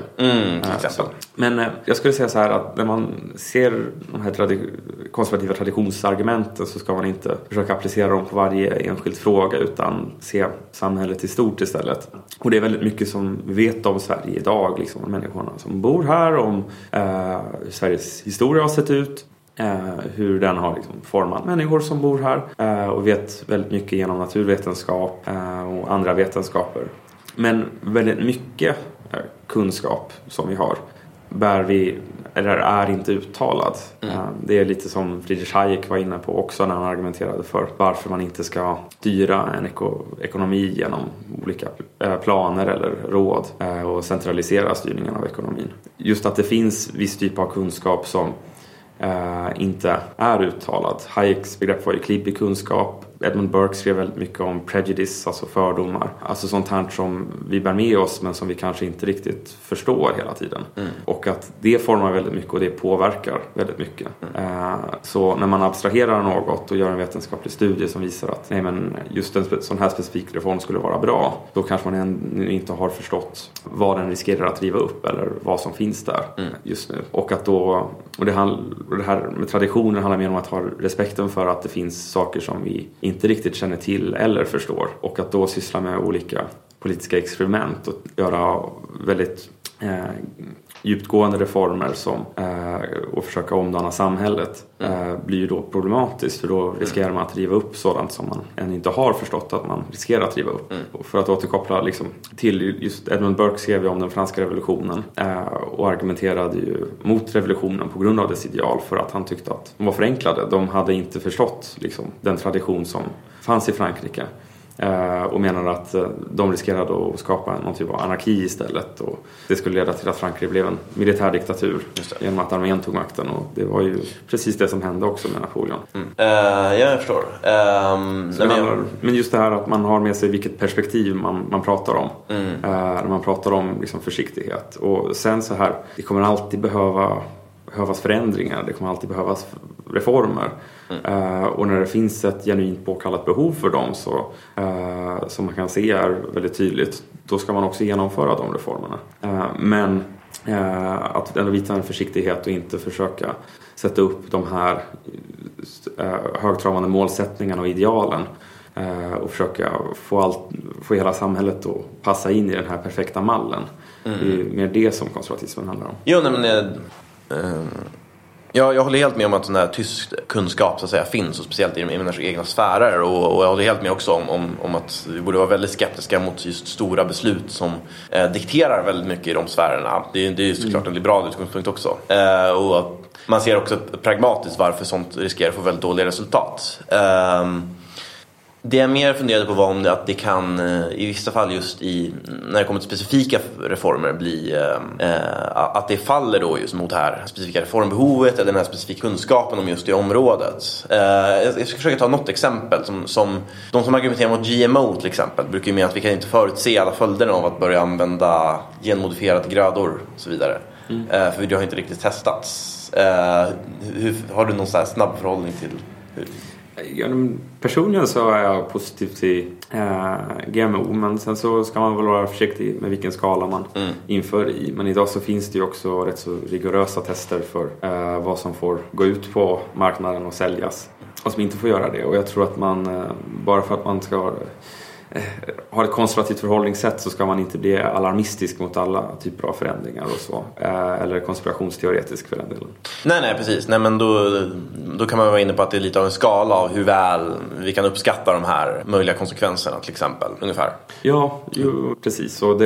Men jag skulle säga så här att när man ser de här konservativa traditionsargumenten så ska man inte försöka applicera dem på varje enskild fråga, utan se samhället i stort istället. Och det är väldigt mycket som vi vet om Sverige idag, liksom, om människorna som bor här, om hur Sveriges historia har sett ut, hur den har liksom format människor som bor här, och vet väldigt mycket genom naturvetenskap och andra vetenskaper. Men väldigt mycket kunskap som vi har är inte uttalad. Det är lite som Friedrich Hayek var inne på också när han argumenterade för varför man inte ska styra en ekonomi genom olika planer eller råd och centralisera styrningen av ekonomin. Just att det finns viss typ av kunskap som inte är uttalad. Hayeks begrepp var ju klibbig kunskap. Edmund Burke skrev väldigt mycket om prejudice, alltså fördomar. Alltså sånt här som vi bär med oss men som vi kanske inte riktigt förstår hela tiden. Och att det formar väldigt mycket och det påverkar väldigt mycket. Så när man abstraherar något och gör en vetenskaplig studie som visar att nej, men just en sån här specifik reform skulle vara bra, då kanske man inte har förstått vad den riskerar att riva upp eller vad som finns där just nu. Och att då, och det här med traditionen handlar mer om att ha respekten för att det finns saker som vi inte riktigt känner till eller förstår, och att då syssla med olika politiska experiment och göra väldigt djupgående reformer och försaka omdana samhället blir ju då problematiskt, för då riskerar man att riva upp sådant som man än inte har förstått att man riskerar att riva upp. Och för att återkoppla liksom till just Edmund Burke skrev om den franska revolutionen och argumenterade ju mot revolutionen på grund av dess ideal, för att han tyckte att de var förenklade. De hade inte förstått liksom den tradition som fanns i Frankrike. Och menar att de riskerade att skapa någon typ av anarki istället, och det skulle leda till att Frankrike blev en militärdiktatur genom att armén tog makten, och det var ju precis det som hände också med Napoleon. Jag förstår. Men just det här att man har med sig vilket perspektiv man pratar om när man pratar om liksom försiktighet. Och sen så här, det kommer alltid behövas förändringar, det kommer alltid behövas reformer. Och när det finns ett genuint påkallat behov för dem som man kan se är väldigt tydligt, då ska man också genomföra de reformerna. Men att ändå visa en försiktighet och inte försöka sätta upp de här högtravande målsättningarna och idealen och försöka få hela samhället att passa in i den här perfekta mallen. Det är mer det som konservatismen handlar om. Jo, nej, men jag håller helt med om att sån här tysk kunskap så att säga finns, och speciellt i mina egna sfärer, och jag håller helt med också om att vi borde vara väldigt skeptiska mot just stora beslut som dikterar väldigt mycket i de sfärerna. Det är ju såklart en liberal utgångspunkt också, och man ser också pragmatiskt varför sånt riskerar att få väldigt dåliga resultat. Det jag mer funderade på var om att det kan i vissa fall just när det kommer till specifika reformer bli att det faller då just mot det här specifika reformbehovet eller den här specifika kunskapen om just det området. Jag ska försöka ta något exempel som de som argumenterar mot GMO till exempel brukar ju mena att vi kan inte förutse alla följderna av att börja använda genmodifierade grödor och så vidare. För det har inte riktigt testats. Har du någon sån här snabb förhållning till hur? Ja, personligen så är jag positiv till GMO, men sen så ska man väl vara försiktig med vilken skala man inför i. Men idag så finns det ju också rätt så rigorösa tester för vad som får gå ut på marknaden och säljas och som inte får göra det. Och jag tror att man, bara för att man ska har ett konservativt förhållningssätt, så ska man inte bli alarmistisk mot alla typer av förändringar och så. Eller konspirationsteoretisk för den delen. Nej, precis. Nej, men då kan man vara inne på att det är lite av en skala av hur väl vi kan uppskatta de här möjliga konsekvenserna till exempel, ungefär. Ja, precis. Och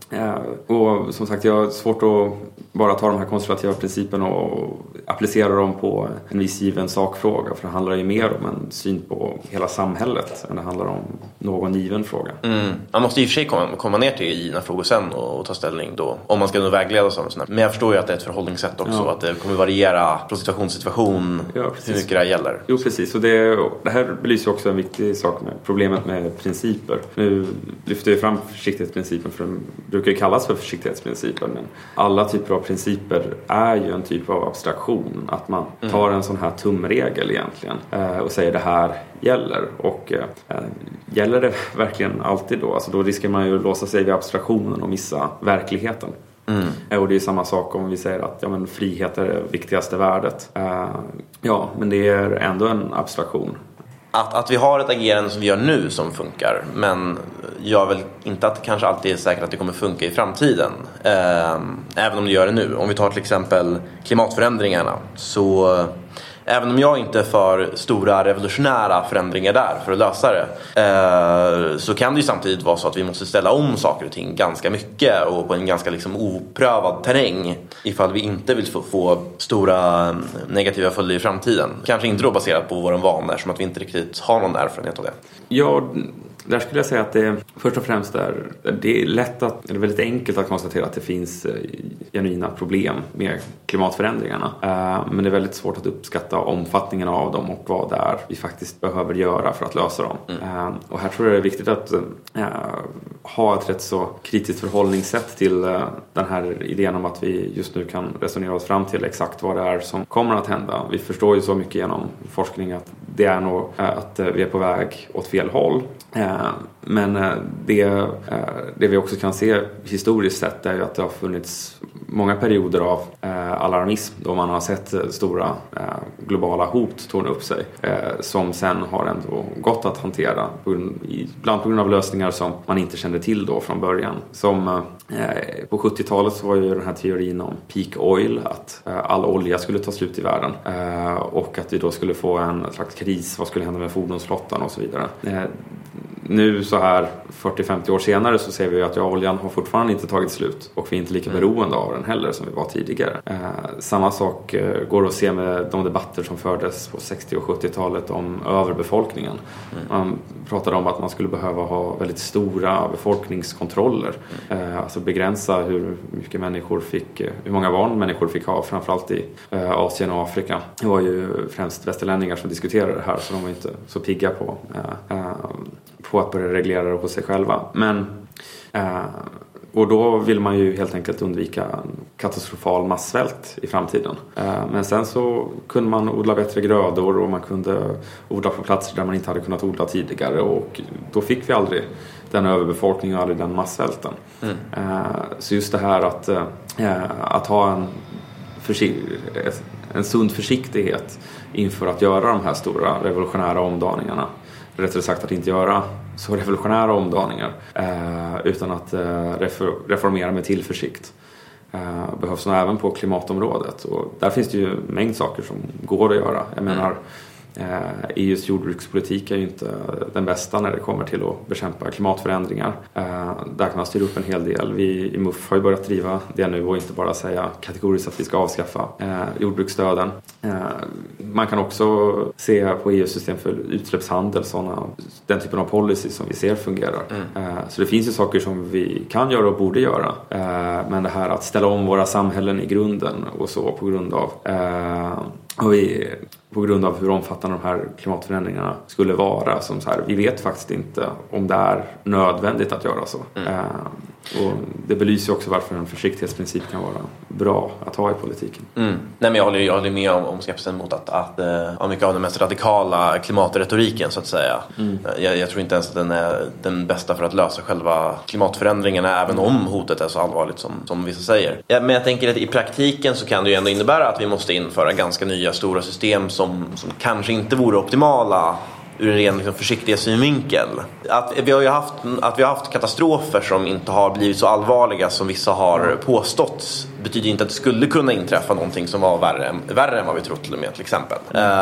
som sagt, jag har svårt att bara ta de här konservativa principerna och applicera dem på en viss given sakfråga. För det handlar ju mer om en syn på hela samhället än det handlar om någon given fråga. Man måste i och för sig komma ner till givna frågor sen och ta ställning då, om man ska nog vägledas av en sån här. Men jag förstår ju att det är ett förhållningssätt också, att det kommer variera från situation till situation hur mycket det här gäller. Jo, precis. Och det här belyser också en viktig sak med problemet med principer. Nu lyfter jag fram försiktighetsprincipen, för den brukar ju kallas för försiktighetsprincipen, men alla typer av principer är ju en typ av abstraktion. Att man tar en sån här tumregel egentligen och säger det här gäller, och gäller det verkligen alltid då? Alltså då riskerar man ju låsa sig vid abstraktionen och missa verkligheten. Och det är samma sak om vi säger att frihet är det viktigaste värdet. Men det är ändå en abstraktion. Att vi har ett agerande som vi gör nu som funkar, men jag väl inte att det kanske alltid är säkert att det kommer funka i framtiden, även om det gör det nu. Om vi tar till exempel klimatförändringarna, så även om jag inte är för stora revolutionära förändringar där för att lösa det, så kan det ju samtidigt vara så att vi måste ställa om saker och ting ganska mycket och på en ganska oprövad terräng ifall vi inte vill få stora negativa följder i framtiden. Kanske inte då baserat på våra vanor, som att vi inte riktigt har någon erfarenhet av det. Ja, där skulle jag säga att det först och främst det är väldigt enkelt att konstatera att det finns genuina problem med klimatförändringarna. Men det är väldigt svårt att uppskatta omfattningen av dem och vad det är vi faktiskt behöver göra för att lösa dem. Och här tror jag det är viktigt att ha ett rätt så kritiskt förhållningssätt till den här idén om att vi just nu kan resonera oss fram till exakt vad det är som kommer att hända. Vi förstår ju så mycket genom forskning att det är nog att vi är på väg åt fel håll. Men det vi också kan se historiskt sett är ju att det har funnits många perioder av alarmism då man har sett stora globala hot torna upp sig, som sen har ändå gått att hantera, ibland på grund av lösningar som man inte kände till då från början. Som på 70-talet så var ju den här teorin om peak oil, att all olja skulle ta slut i världen, och att vi då skulle få en slags kris, vad skulle hända med fordonsflottan och så vidare. Nu så här 40-50 år senare så ser vi att oljan har fortfarande inte tagit slut, och vi är inte lika beroende av den heller som vi var tidigare. Samma sak går att se med de debatter som fördes på 60- och 70-talet om överbefolkningen. Man pratade om att man skulle behöva ha väldigt stora befolkningskontroller, alltså begränsa hur många barn människor fick ha, framförallt i Asien och Afrika. Det var ju främst västerlänningar som diskuterade det här, så de var inte så pigga på att börja reglera det på sig själva. Och då vill man ju helt enkelt undvika en katastrofal massvält i framtiden. Men sen så kunde man odla bättre grödor, och man kunde odla på platser där man inte hade kunnat odla tidigare, och då fick vi aldrig den överbefolkningen och aldrig den massvälten. Så just det här att ha en sund försiktighet inför att göra de här stora revolutionära omdaningarna. Rättare sagt att inte göra så revolutionära omdaningar utan att reformera med tillförsikt. Behövs nog även på klimatområdet. Och där finns det ju en mängd saker som går att göra. Jag menar, EUs jordbrukspolitik är ju inte den bästa när det kommer till att bekämpa klimatförändringar. Där kan man styra upp en hel del. Vi i MUF har ju börjat driva det nu och inte bara säga kategoriskt att vi ska avskaffa jordbruksstöden. Man kan också se på EUs system för utsläppshandel den typen av policy som vi ser fungerar. Så det finns ju saker som vi kan göra och borde göra. Men det här att ställa om våra samhällen i grunden och så på grund av hur omfattande de här klimatförändringarna skulle vara. Som så här, vi vet faktiskt inte om det är nödvändigt att göra så. Och det belyser också varför en försiktighetsprincip kan vara bra att ha i politiken. Nej, men jag håller med om skepsisen mot att mycket av den mest radikala klimatretoriken så att säga. Jag tror inte ens att den är den bästa för att lösa själva klimatförändringarna även om hotet är så allvarligt som vissa säger. Ja, men jag tänker att i praktiken så kan det ju ändå innebära att vi måste införa ganska nya stora system som kanske inte vore optimala ur en ren försiktighetssynvinkel. Att vi har haft katastrofer som inte har blivit så allvarliga som vissa har påstått betyder inte att det skulle kunna inträffa någonting som var värre än vad vi trott till exempel.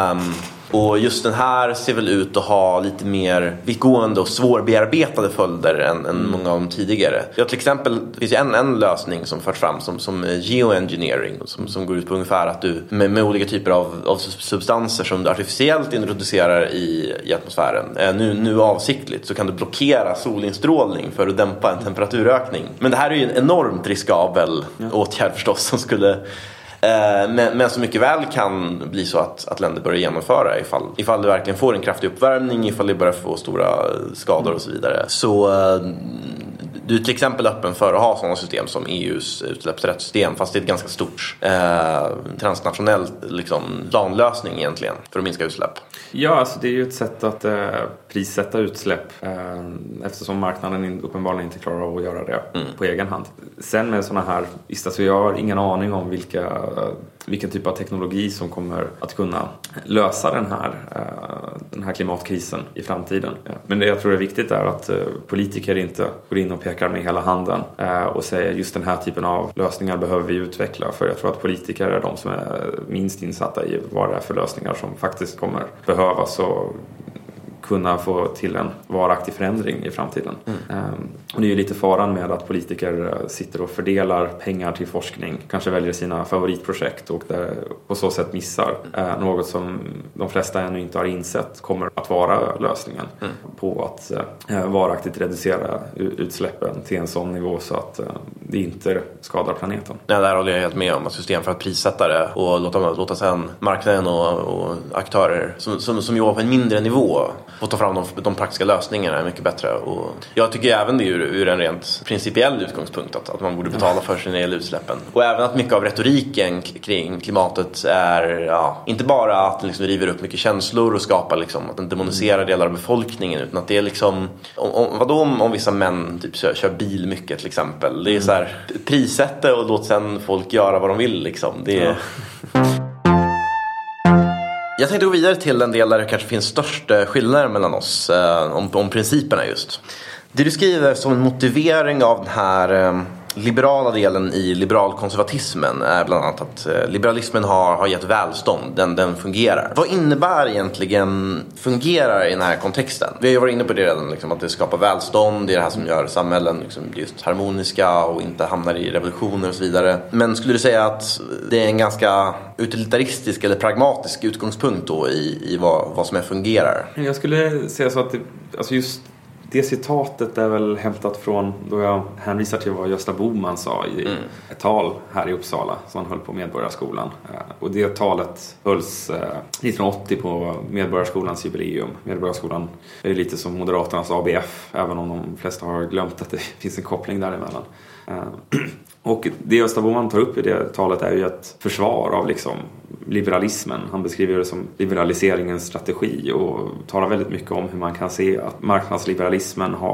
Och just den här ser väl ut att ha lite mer vittgående och svårbearbetade följder än många av de tidigare. Ja, till exempel finns det en lösning som förts fram som geoengineering som går ut på ungefär att du med olika typer av substanser som du artificiellt introducerar i atmosfären nu avsiktligt så kan du blockera solinstrålning för att dämpa en temperaturökning. Men det här är ju en enormt riskabel åtgärd förstås som skulle men så mycket väl kan bli så att länder börjar genomföra ifall det verkligen får en kraftig uppvärmning, ifall det börjar få stora skador och så vidare. Så du är till exempel öppen för att ha sådana system som EUs utsläppsrättssystem, fast det är ett ganska stort transnationellt planlösning egentligen för att minska utsläpp. Ja, alltså det är ju ett sätt att prissätta utsläpp eftersom marknaden uppenbarligen inte klarar av att göra det på egen hand. Sen med sådana här, så jag har ingen aning om vilken typ av teknologi som kommer att kunna lösa den här klimatkrisen i framtiden. Men det jag tror är viktigt är att politiker inte går in och pekar med hela handen och säger just den här typen av lösningar behöver vi utveckla. För jag tror att politiker är de som är minst insatta i vad det är för lösningar som faktiskt kommer behövas och kunna få till en varaktig förändring i framtiden. Och det är ju lite faran med att politiker sitter och fördelar pengar till forskning, kanske väljer sina favoritprojekt och på så sätt missar något som de flesta ännu inte har insett kommer att vara lösningen på att varaktigt reducera utsläppen till en sån nivå så att det inte skadar planeten. Ja, där håller jag helt med om att system för att prissätta det och låta sedan marknaden och aktörer som jobbar på en mindre nivå och ta fram de praktiska lösningarna är mycket bättre. Och jag tycker även det ur en rent principiell utgångspunkt att man borde betala för sig när det gäller utsläppen. Och även att mycket av retoriken kring klimatet är inte bara att den river upp mycket känslor och skapar att den demoniserar delar av befolkningen, utan att det är om vissa män typ kör bil mycket till exempel. Det är så här, prissätta och låt sen folk göra vad de vill det är... Jag tänkte gå vidare till en del där det kanske finns störst skillnader mellan oss om principerna just. Det du skriver som en motivering av den här liberala delen i liberalkonservatismen är bland annat att liberalismen har gett välstånd, den fungerar. Vad innebär egentligen fungerar i den här kontexten? Vi har ju varit inne på det redan, att det skapar välstånd, det är det här som gör samhällen just harmoniska och inte hamnar i revolutioner och så vidare. Men skulle du säga att det är en ganska utilitaristisk eller pragmatisk utgångspunkt då i vad som fungerar? Jag skulle säga så att just det citatet är väl hämtat från då jag hänvisar till vad Gösta Bohman sa i ett tal här i Uppsala som han höll på Medborgarskolan. Och det talet hölls 1980 på Medborgarskolans jubileum. Medborgarskolan är ju lite som Moderaternas ABF, även om de flesta har glömt att det finns en koppling däremellan. Och det Gösta Bohman tar upp i det talet är ju ett försvar av liberalismen. Han beskriver det som liberaliseringens strategi och talar väldigt mycket om hur man kan se att marknadsliberalismen har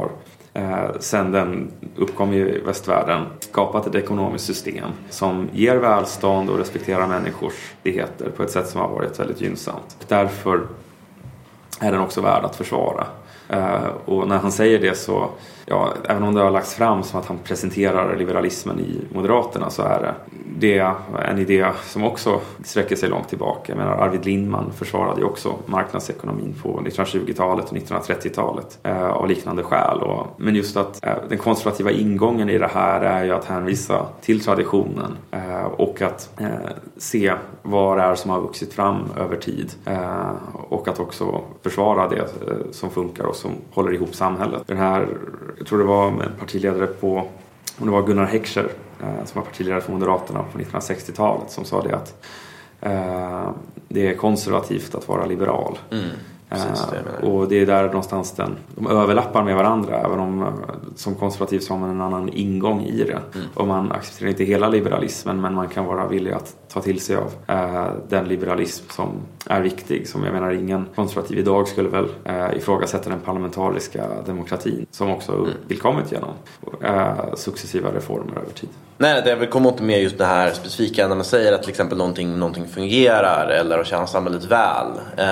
sen den uppkom i västvärlden skapat ett ekonomiskt system som ger välstånd och respekterar människors rättigheter på ett sätt som har varit väldigt gynnsamt. Därför är den också värd att försvara. Och när han säger det så, även om det har lagts fram som att han presenterar liberalismen i Moderaterna, så är det en idé som också sträcker sig långt tillbaka. Jag menar, Arvid Lindman försvarade ju också marknadsekonomin på 1920-talet och 1930-talet av liknande skäl. Men just att den konservativa ingången i det här är ju att hänvisa till traditionen och att se vad det är som har vuxit fram över tid och att också försvara det som funkar och som håller ihop samhället. Den här, jag tror det var en partiledare om det var Gunnar Heckscher som var partiledare för Moderaterna på 1960-talet som sa det att det är konservativt att vara liberal. Precis, och det är där någonstans de överlappar med varandra, även om som konservativ så har man en annan ingång i det. Och man accepterar inte hela liberalismen, men man kan vara villig att ta till sig av den liberalism som är viktig. Som jag menar, ingen konservativ idag skulle väl ifrågasätta den parlamentariska demokratin som också tillkommit genom successiva reformer över tid. Nej, det kommer inte med just det här specifika när man säger att till exempel någonting fungerar eller att tjäna samhället väl.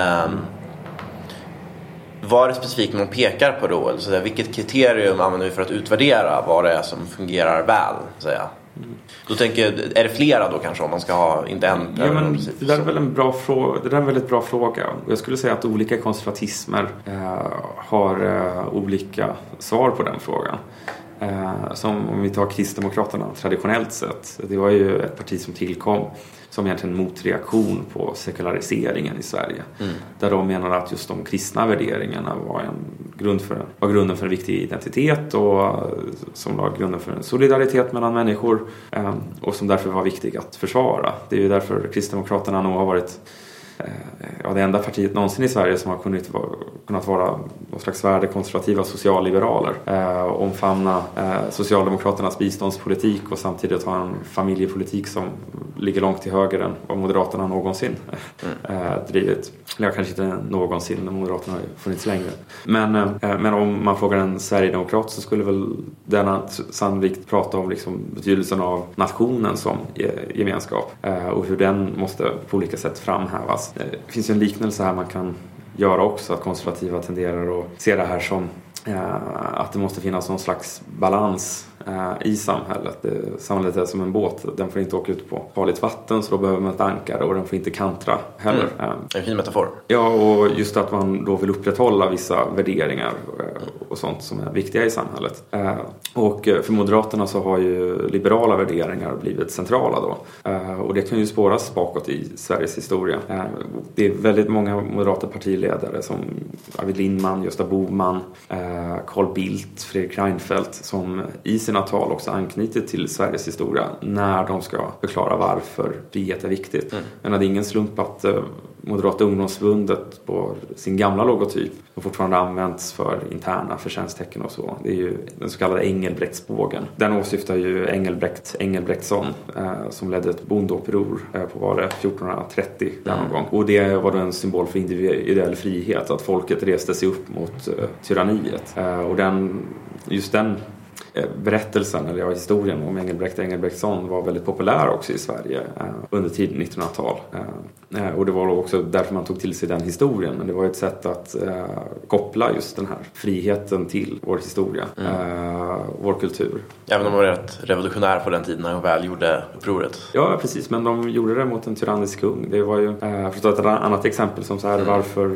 Vad är det specifikt man pekar på då? Eller så vilket kriterium använder vi för att utvärdera vad det är som fungerar väl? Så att säga? Då tänker jag, är det flera då kanske om man ska ha inte en? Ja, men det där är väl en bra fråga. Det där är en väldigt bra fråga. Jag skulle säga att olika konservatismer har olika svar på den frågan. Som om vi tar Kristdemokraterna traditionellt sett. Det var ju ett parti som tillkom som egentligen motreaktion på sekulariseringen i Sverige. Där de menar att just de kristna värderingarna var grunden för en viktig identitet och som var grunden för en solidaritet mellan människor och som därför var viktig att försvara. Det är ju därför Kristdemokraterna nog har varit det enda partiet någonsin i Sverige som har kunnat vara någon slags värdekonservativa socialliberaler. Omfamna Socialdemokraternas biståndspolitik och samtidigt ha en familjepolitik som ligger långt till höger än vad Moderaterna någonsin drivit. Eller kanske inte någonsin, men Moderaterna har funnits längre. Men om man frågar en Sverigedemokrat så skulle väl denna sannolikt prata om liksom betydelsen av nationen som gemenskap och hur den måste på olika sätt framhävas. Det finns ju en liknelse här man kan göra också, att konservativa tenderar att se det här som att det måste finnas någon slags balans i samhället. Samhället är som en båt. Den får inte åka ut på farligt vatten, så då behöver man ett ankare, och den får inte kantra heller. En fin metafor. Ja, och just att man då vill upprätthålla vissa värderingar och sånt som är viktiga i samhället. Och för Moderaterna så har ju liberala värderingar blivit centrala då. Och det kan ju spåras bakåt i Sveriges historia. Det är väldigt många moderata partiledare som Arvid Lindman, Gösta Bohman, Carl Bildt, Fredrik Reinfeldt som i sina tal också anknyter till Sveriges historia när de ska förklara varför frihet är viktigt. Men det är ingen slump att Moderata ungdomsförbundet på sin gamla logotyp som fortfarande används för interna förtjänsttecken och så. Det är ju den så kallade Engelbrektsbågen. Den åsyftar ju Engelbrektsson som ledde ett bondeuppror på var det 1430 någon gång. Och det var då en symbol för individuell frihet, att folket reste sig upp mot tyranniet. Och just den berättelsen eller historien om Engelbrektsson var väldigt populär också i Sverige under tidigt 1900-tal. Och det var också därför man tog till sig den historien. Men det var ett sätt att koppla just den här friheten till vår historia, vår kultur. Även om de var rätt revolutionär på den tiden när de väl gjorde upproret. Ja, precis. Men de gjorde det mot en tyrannisk kung. Det var ju, för att ta ett annat exempel som så här, varför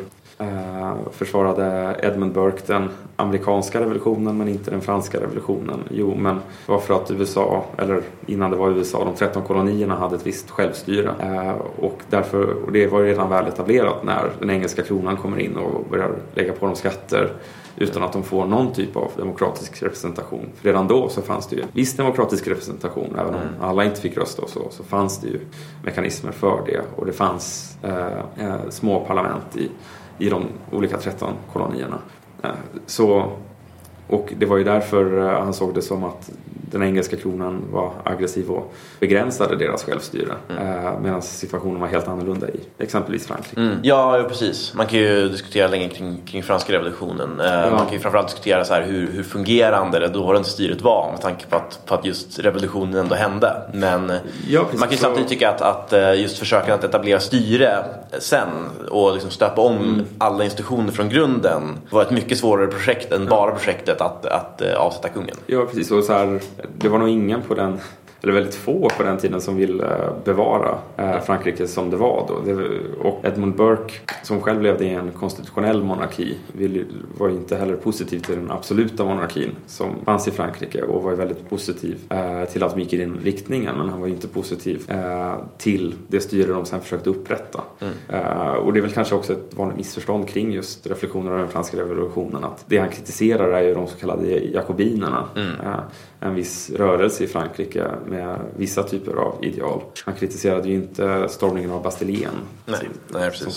försvarade Edmund Burke den amerikanska revolutionen men inte den franska revolutionen? Jo, men det var för att USA, eller innan det var USA, de 13 kolonierna hade ett visst självstyre och det var redan väl etablerat när den engelska kronan kommer in och börjar lägga på dem skatter utan att de får någon typ av demokratisk representation. För redan då så fanns det ju viss demokratisk representation, även om alla inte fick rösta och så fanns det ju mekanismer för det, och det fanns små parlament i de olika 13 kolonierna. Och det var ju därför han såg det som att den engelska kronan var aggressiv och begränsade deras självstyre. Medan situationen var helt annorlunda i exempelvis Frankrike. Ja, precis. Man kan ju diskutera länge kring franska revolutionen. Man kan ju framförallt diskutera så här hur fungerande det dåvarande styret var med tanke på att just revolutionen ändå hände. Men man kan ju samtidigt tycka att just försöka att etablera styre sen och liksom stöpa om alla institutioner från grunden var ett mycket svårare projekt än bara projektet att avsätta kungen. Ja, precis. Och så här, det var nog ingen på den, eller väldigt få på den tiden, som vill bevara Frankrike som det var då. Och Edmund Burke, som själv levde i en konstitutionell monarki, var ju inte heller positiv till den absoluta monarkin som fanns i Frankrike och var ju väldigt positiv till att de gick i den riktningen, men han var ju inte positiv till det styre de sen försökte upprätta. Och det är väl kanske också ett vanligt missförstånd kring just reflektioner av den franska revolutionen, att det han kritiserar är ju de så kallade jakobinerna. En viss rörelse i Frankrike med vissa typer av ideal. Han kritiserade ju inte stormningen av Bastiljen. Nej, precis.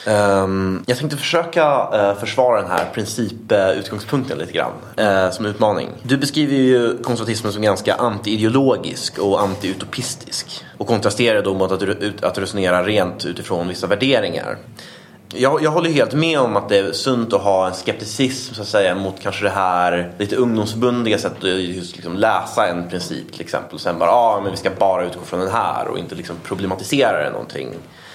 Jag tänkte försöka försvara den här principutgångspunkten lite grann som utmaning. Du beskriver ju konservatismen som ganska anti-ideologisk och anti-utopistisk och kontrasterar då mot att resonera rent utifrån vissa värderingar. Jag håller helt med om att det är sunt att ha en skepticism så att säga mot kanske det här lite ungdomsbundiga sättet att just liksom läsa en princip till exempel och sen bara men vi ska bara utgå från den här och inte liksom problematisera det någonting.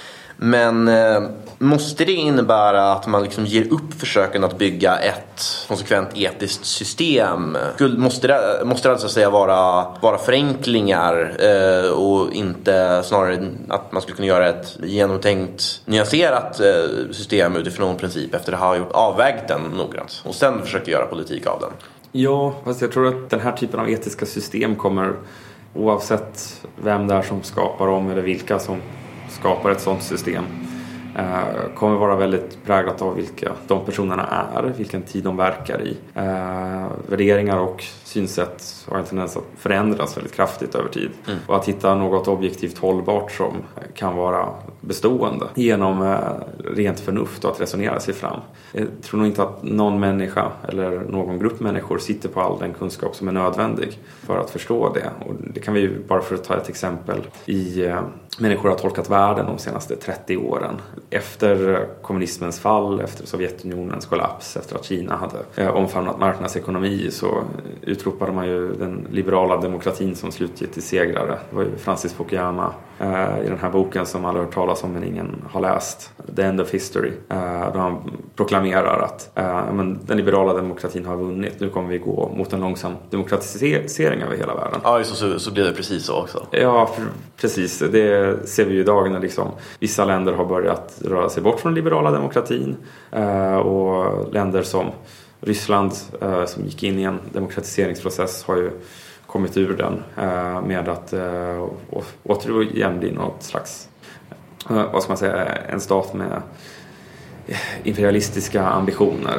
Men måste det innebära att man liksom ger upp försöken att bygga ett konsekvent etiskt system? Måste det alltså säga vara förenklingar och inte snarare att man skulle kunna göra ett genomtänkt nyanserat system utifrån en princip efter att ha gjort avvägt den noggrant och sen försöka göra politik av den? Ja, fast jag tror att den här typen av etiska system kommer, oavsett vem det är som skapar dem eller vilka som skapar ett sådant system, kommer vara väldigt präglat av vilka de personerna är, vilken tid de verkar i. Värderingar och synsätt har en tendens att förändras väldigt kraftigt över tid. Och att hitta något objektivt hållbart som kan vara bestående genom rent förnuft och att resonera sig fram. Jag tror nog inte att någon människa eller någon grupp människor sitter på all den kunskap som är nödvändig för att förstå det. Och det kan vi ju, bara för att ta ett exempel, människor har tolkat världen de senaste 30 åren. Efter kommunismens fall, efter Sovjetunionens kollaps, efter att Kina hade omfamnat marknadsekonomi, så utropade man ju den liberala demokratin som slutgiltig segrare. Det var ju Francis Fukuyama i den här boken som alla har hört talas om men ingen har läst, The End of History, då han proklamerar att den liberala demokratin har vunnit. Nu kommer vi gå mot en långsam demokratisering över hela världen. Ja, så blir det precis så också. Ja, precis. Det ser vi ju idag när liksom vissa länder har börjat röra sig bort från den liberala demokratin och länder som Ryssland som gick in i en demokratiseringsprocess har ju kommit ur den med att återigen bli något slags, vad ska man säga, en stat med imperialistiska ambitioner.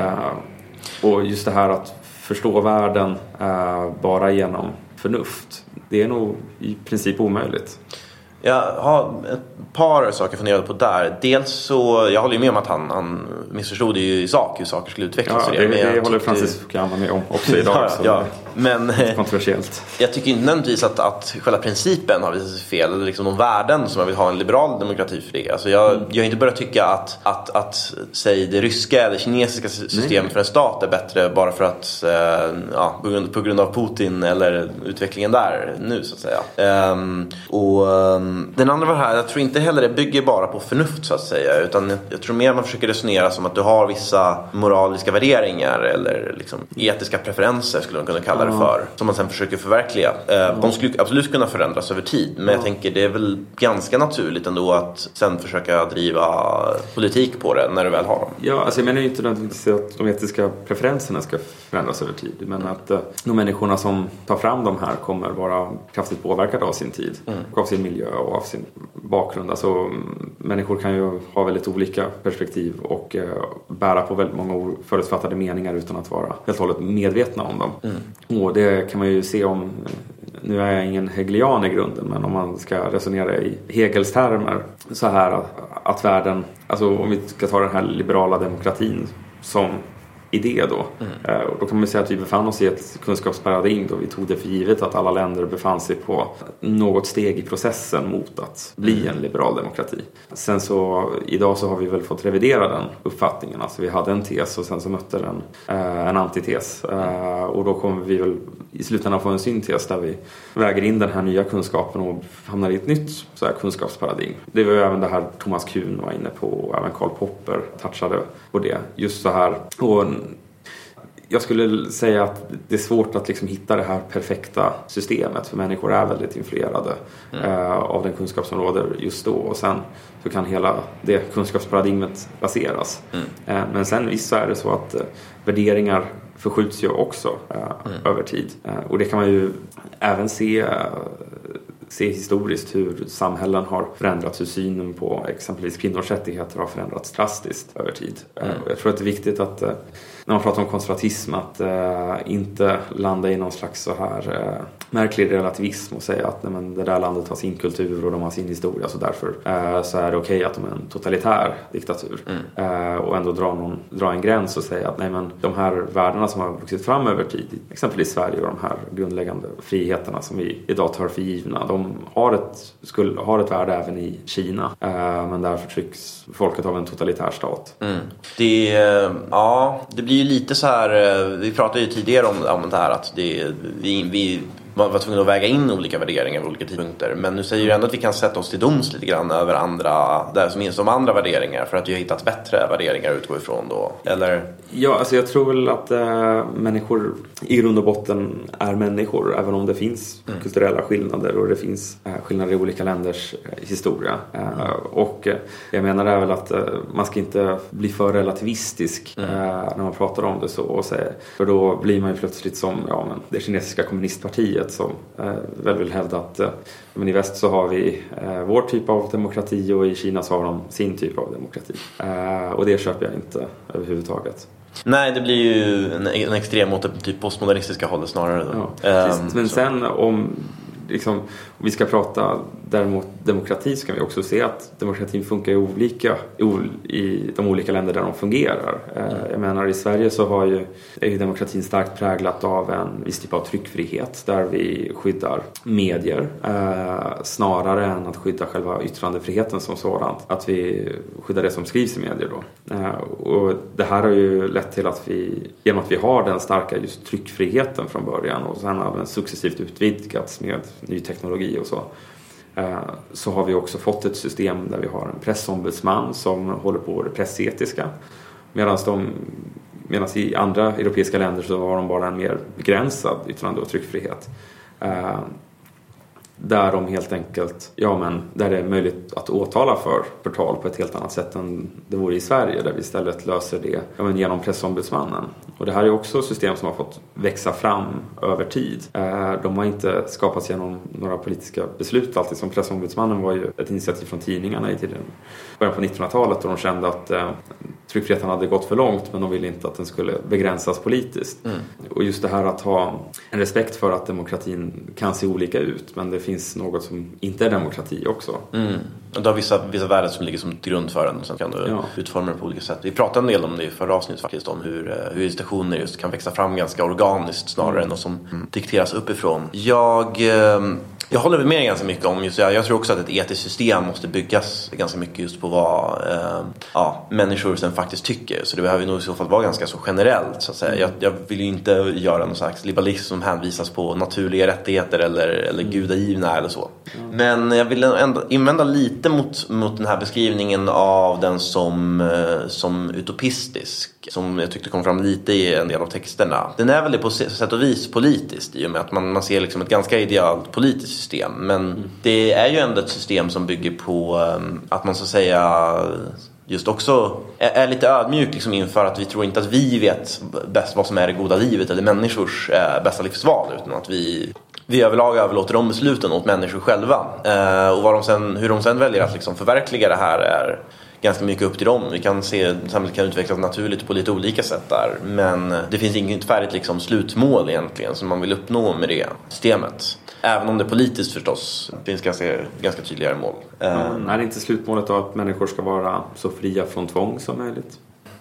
Och just det här att förstå världen bara genom förnuft, det är nog i princip omöjligt. Jag har ett par saker funderade på där. Dels så, jag håller ju med om att han missförstod ju i sak hur saker skulle utvecklas. Ja, det håller Francis Fukuyama med om också idag. Ja. Men kontroversiellt. Jag tycker inte nödvändigtvis att själva principen har visat sig fel. Eller liksom de värden som jag vill ha en liberal demokrati för det. Alltså jag har inte börjat tycka att säg det ryska eller kinesiska systemet för en stat är bättre bara för att på grund av Putin eller utvecklingen där nu så att säga. Den andra var här, jag tror inte heller det bygger bara på förnuft så att säga, utan jag tror mer man försöker resonera som att du har vissa moraliska värderingar eller liksom etiska preferenser skulle man kunna kalla det för, som man sen försöker förverkliga. De skulle absolut kunna förändras över tid, men jag tänker det är väl ganska naturligt ändå att sen försöka driva politik på det när du väl har dem. Ja, alltså jag menar ju inte nödvändigtvis att de etiska preferenserna ska förändras över tid, men att de människorna som tar fram de här kommer vara kraftigt påverkade av sin tid och av sin miljö och av sin bakgrund. Alltså, människor kan ju ha väldigt olika perspektiv och bära på väldigt många förutfattade meningar utan att vara helt och hållet medvetna om dem. Och det kan man ju se om, nu är jag ingen hegelian i grunden, men om man ska resonera i Hegels termer så här att världen, alltså om vi ska ta den här liberala demokratin som idé då. Och då kan man säga att vi befann oss i ett kunskapsparadigm då vi tog det för givet att alla länder befann sig på något steg i processen mot att bli en liberal demokrati. Sen så idag så har vi väl fått revidera den uppfattningen. Alltså vi hade en tes och sen så mötte den en antites. Och då kommer vi väl i slutändan få en syntes där vi väger in den här nya kunskapen och hamnar i ett nytt så här kunskapsparadigm. Det var ju även det här Thomas Kuhn var inne på och även Karl Popper touchade på det. Just så här. Och jag skulle säga att det är svårt att liksom hitta det här perfekta systemet för människor är väldigt influerade av den kunskap som råder just då och sen så kan hela det kunskapsparadigmet baseras. Men sen visst så är det så att värderingar förskjuts ju också över tid. Och det kan man ju även se historiskt hur samhällen har förändrats, hur synen på exempelvis kvinnors rättigheter har förändrats drastiskt över tid. Jag tror att det är viktigt att när man pratar om konservatism att inte landa i någon slags så här märklig relativism och säga att nej, men det där landet har sin kultur och de har sin historia så därför så är det okej att de är en totalitär diktatur. Och ändå dra en gräns och säga att nej, men de här värdena som har vuxit fram över tid, exempelvis i Sverige och de här grundläggande friheterna som vi idag tar för givna, de har ett värde även i Kina. Men där förtrycks folket av en totalitär stat. Det blir ju lite så här, vi pratade ju tidigare om det här att vi var tvungna att väga in olika värderingar vid olika tidpunkter. Men nu säger ju ändå att vi kan sätta oss till doms lite grann över andra värderingar för att vi har hittat bättre värderingar att utgå ifrån då, eller? Ja, alltså jag tror väl att människor i grund och botten är människor även om det finns kulturella skillnader och det finns skillnader i olika länders historia. Och jag menar är väl att man ska inte bli för relativistisk när man pratar om det så och säger, för då blir man ju plötsligt som det kinesiska kommunistpartiet som väl vill hävda att men i väst så har vi vår typ av demokrati och i Kina så har de sin typ av demokrati. Och det köper jag inte överhuvudtaget. Nej, det blir ju en extrem åt typ postmodernistiska hållet snarare. Men sen om vi ska prata däremot demokrati så kan vi också se att demokratin funkar olika i de olika länder där de fungerar. Jag menar i Sverige så är ju demokratin starkt präglat av en viss typ av tryckfrihet där vi skyddar medier snarare än att skydda själva yttrandefriheten som sådant. Att vi skyddar det som skrivs i medier då. Och det här har ju lett till att genom att vi har den starka just tryckfriheten från början och sen har den successivt utvidgats med ny teknologi och så har vi också fått ett system där vi har en pressombudsman som håller på det pressetiska medan i andra europeiska länder så har de bara en mer begränsad yttrande- och tryckfrihet där de helt enkelt där det är möjligt att åtala för förtal på ett helt annat sätt än det vore i Sverige där vi istället löser det genom pressombudsmannen. Och det här är också system som har fått växa fram över tid. De har inte skapats genom några politiska beslut alltid. Som pressombudsmannen var ju ett initiativ från tidningarna i tiden början på 1900-talet och de kände att tryckfriheten hade gått för långt men de ville inte att den skulle begränsas politiskt. Och just det här att ha en respekt för att demokratin kan se olika ut men det finns något som inte är demokrati också. Du har vissa värden som ligger som grund för den och sen kan du utforma det på olika sätt. Vi pratade en del om det i förra avsnittet faktiskt om hur institutioner just kan växa fram ganska organiskt snarare än något som dikteras uppifrån. Jag håller väl med ganska mycket om jag tror också att ett etiskt system måste byggas ganska mycket just på vad människor sen faktiskt tycker. Så det behöver nog i så fall vara ganska så generellt så att säga. Jag vill ju inte göra någon slags liberalism som hänvisas på naturliga rättigheter eller gudagivna eller så. Men jag vill ändå invända lite mot den här beskrivningen av den som utopistisk. Som jag tyckte kom fram lite i en del av texterna. Den är väl på sätt och vis politiskt i och med att man ser liksom ett ganska idealt politiskt system. Men det är ju ändå ett system som bygger på att man så att säga just också är lite ödmjuk liksom inför att vi tror inte att vi vet bäst vad som är det goda livet eller människors bästa livsval utan att vi överlag överlåter de besluten åt människor själva. Och hur de sen väljer att liksom förverkliga det här är ganska mycket upp till dem. Vi kan se att samhället kan utvecklas naturligt på lite olika sätt där. Men det finns inget färdigt liksom slutmål egentligen som man vill uppnå med det systemet. Även om det politiskt förstås finns ganska tydligare mål. Är det inte slutmålet då att människor ska vara så fria från tvång som möjligt?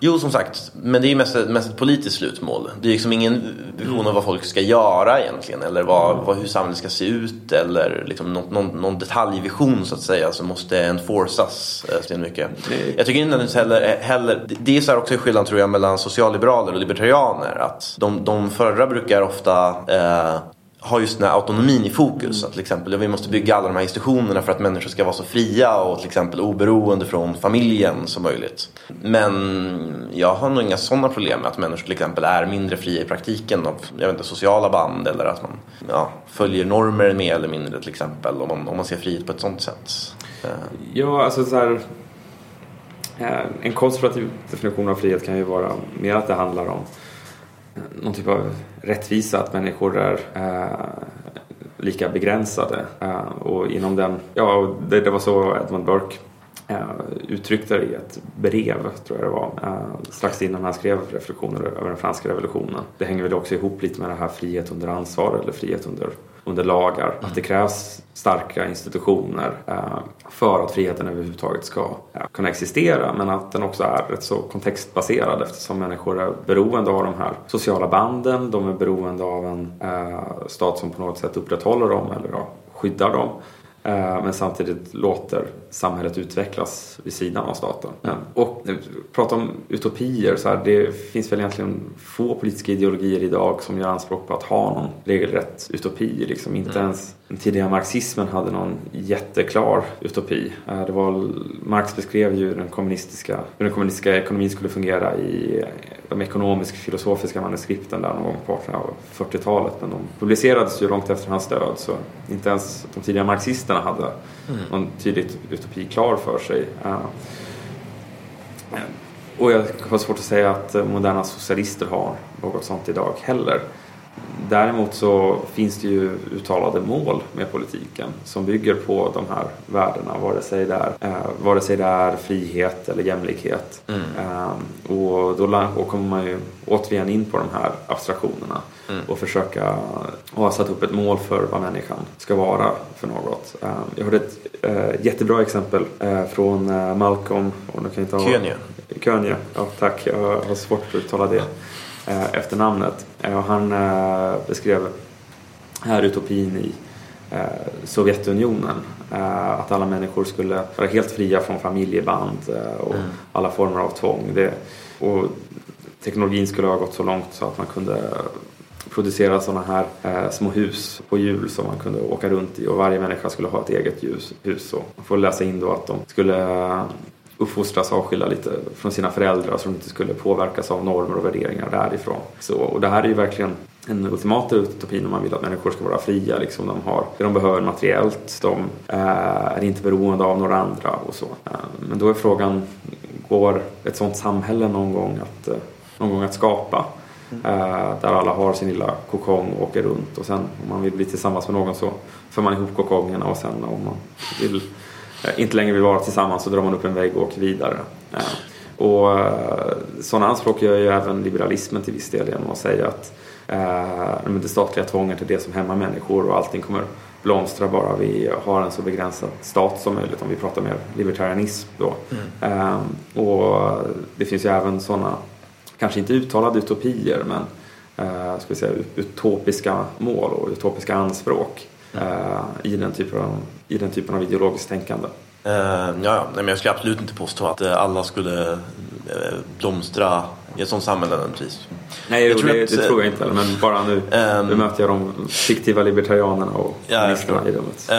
Jo, som sagt, men det är ju mest ett politiskt slutmål. Det är liksom ingen vision av vad folk ska göra egentligen, eller hur samhället ska se ut, eller liksom någon detaljvision så att säga som måste enforcas så mycket. Jag tycker inte heller det är så här också i skillnad tror jag mellan socialliberaler och libertarianer, att de förra brukar ofta har just den här autonomin i fokus. Att till exempel vi måste bygga alla de här institutionerna för att människor ska vara så fria och till exempel oberoende från familjen som möjligt. Men jag har nog inga sådana problem med att människor till exempel är mindre fria i praktiken av sociala band, eller att man följer normer mer eller mindre till exempel, om man ser frihet på ett sådant sätt. Ja, alltså så här, en konservativ definition av frihet kan ju vara mer att det handlar om någon typ av rättvisa, att människor är lika begränsade, och inom den, det var så Edmund Burke uttryckte det i ett brev, tror jag det var, strax innan han skrev reflektioner över den franska revolutionen. Det hänger väl också ihop lite med det här frihet under ansvar eller frihet under lagar. Att det krävs starka institutioner för att friheten överhuvudtaget ska kunna existera, men att den också är rätt så kontextbaserad, eftersom människor är beroende av de här sociala banden. De är beroende av en stat som på något sätt upprätthåller dem eller skyddar dem. Men samtidigt låter samhället utvecklas vid sidan av staten. Och prata om utopier, så här, det finns väl egentligen få politiska ideologier idag som gör anspråk på att ha någon regelrätt utopi. Liksom. Inte ens den tidiga marxismen hade någon jätteklar utopi. Det var, Marx beskrev ju hur den kommunistiska ekonomin skulle fungera i de ekonomisk-filosofiska manuskripten där någon gång på 40-talet, men de publicerades ju långt efter hans död, så inte ens de tidiga marxisterna hade någon tydligt utopi klar för sig. Och jag har svårt att säga att moderna socialister har något sånt idag heller. Däremot så finns det ju uttalade mål med politiken som bygger på de här värdena, vare sig det är frihet eller jämlikhet. Och då kommer man ju återigen in på de här abstraktionerna och försöka ha satt upp ett mål för vad människan ska vara för något. Jag hörde ett jättebra exempel från Malcolm Kearney. Ja, tack. Jag har svårt att uttala det efter namnet. Han beskrev här utopin i Sovjetunionen, att alla människor skulle vara helt fria från familjeband och alla former av tvång. Och teknologin skulle ha gått så långt så att man kunde producera sådana här små hus på hjul som man kunde åka runt i, och varje människa skulle ha ett eget hus. Och man får läsa in då att de skulle uppfostras avskilda lite från sina föräldrar, så de inte skulle påverkas av normer och värderingar därifrån. Och det här är ju verkligen en ultimata utopi om man vill att människor ska vara fria. Liksom de har det de behöver materiellt, de är inte beroende av några andra och så. Men då är frågan, går ett sånt samhälle någon gång att skapa? Där alla har sin lilla kokong och åker runt, och sen om man vill bli tillsammans med någon så för man ihop kokongerna, och sen om man inte längre vill vara tillsammans så drar man upp en vägg och åker vidare. Och sådana anspråk gör ju även liberalismen till viss del genom att säga att det statliga tvånget är det som hämmar människor, och allting kommer blomstra bara vi har en så begränsad stat som möjligt, om vi pratar mer libertarianism då. Och det finns ju även sådana, kanske inte uttalade utopier, men ska vi säga utopiska mål och utopiska anspråk i den typen av ideologiskt tänkande. Men jag skulle absolut inte påstå att alla skulle blomstra i ett sånt samhälle precis. Nej, det tror jag inte, men bara nu möter jag de fiktiva libertarianerna och kommunisterna i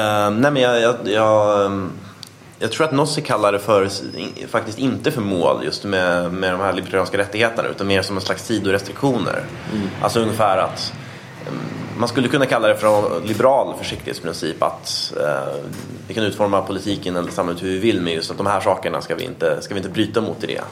rummet. Jag tror att Nossi kallar det för faktiskt inte för mål just med de här libertarianska rättigheterna, utan mer som en slags sidorestriktioner. Alltså ungefär att man skulle kunna kalla det för en liberal försiktighetsprincip, att vi kan utforma politiken eller samhället hur vi vill, med just att de här sakerna ska vi inte bryta mot i det.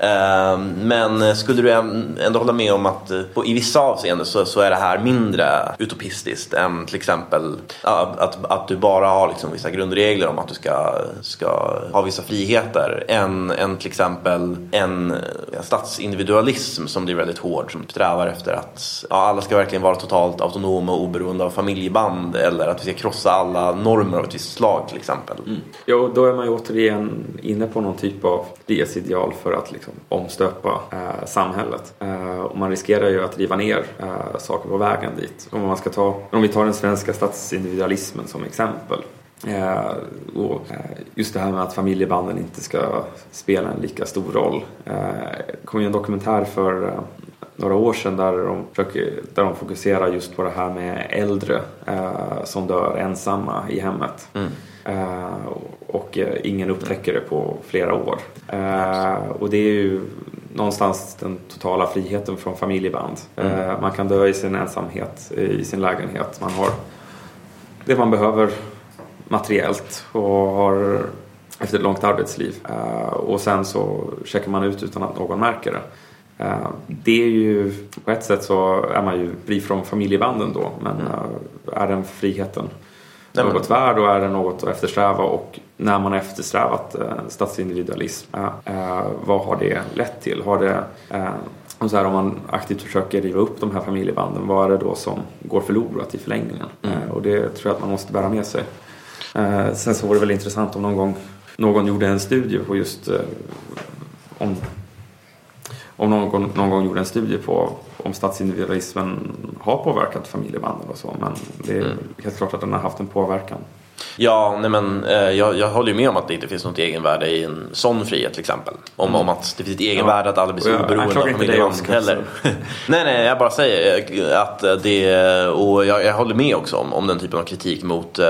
Men skulle du ändå hålla med om att i vissa avseenden så är det här mindre utopistiskt än till exempel att du bara har liksom vissa grundregler om att du ska ha vissa friheter än till exempel en statsindividualism som blir väldigt hård, som strävar efter att alla ska verkligen vara totalt autonoma och oberoende av familjeband, eller att vi ska krossa alla normer av ett visst slag till exempel. Ja, då är man ju återigen inne på någon typ av frihetsideal för att liksom liksom omstöpa samhället. Och man riskerar ju att riva ner saker på vägen dit. Om vi tar den svenska statsindividualismen som exempel. Och just det här med att familjebanden inte ska spela en lika stor roll. Det kom ju en dokumentär för några år sedan där de fokuserar just på det här med äldre som dör ensamma i hemmet. Och ingen upptäcker det på flera år. Och det är ju någonstans den totala friheten från familjeband. Man kan dö i sin ensamhet i sin lägenhet. Man har det man behöver materiellt och har efter ett långt arbetsliv. Och sen så checkar man ut utan att någon märker det. Det är ju, på ett sätt så är man ju fri från familjebanden då. Men är den friheten något värd och är det något att eftersträva? Och när man har eftersträvat statsindividualism, vad har det lett till? Har det... Och så här, om man aktivt försöker riva upp de här familjebanden, vad är det då som går förlorat i förlängningen? Och det tror jag att man måste bära med sig. Sen så var det väl intressant om någon gjorde en studie på just om någon gång gjorde en studie på om statsindividualismen har påverkat familjebanden och så, men det är helt klart att den har haft en påverkan. Ja, nej men jag håller ju med om att det inte finns något egenvärde i en sån frihet till exempel. Om att det finns ett egenvärde att alla blir så oberoende av familjeband heller. nej, jag bara säger att det, och jag håller med också om den typen av kritik mot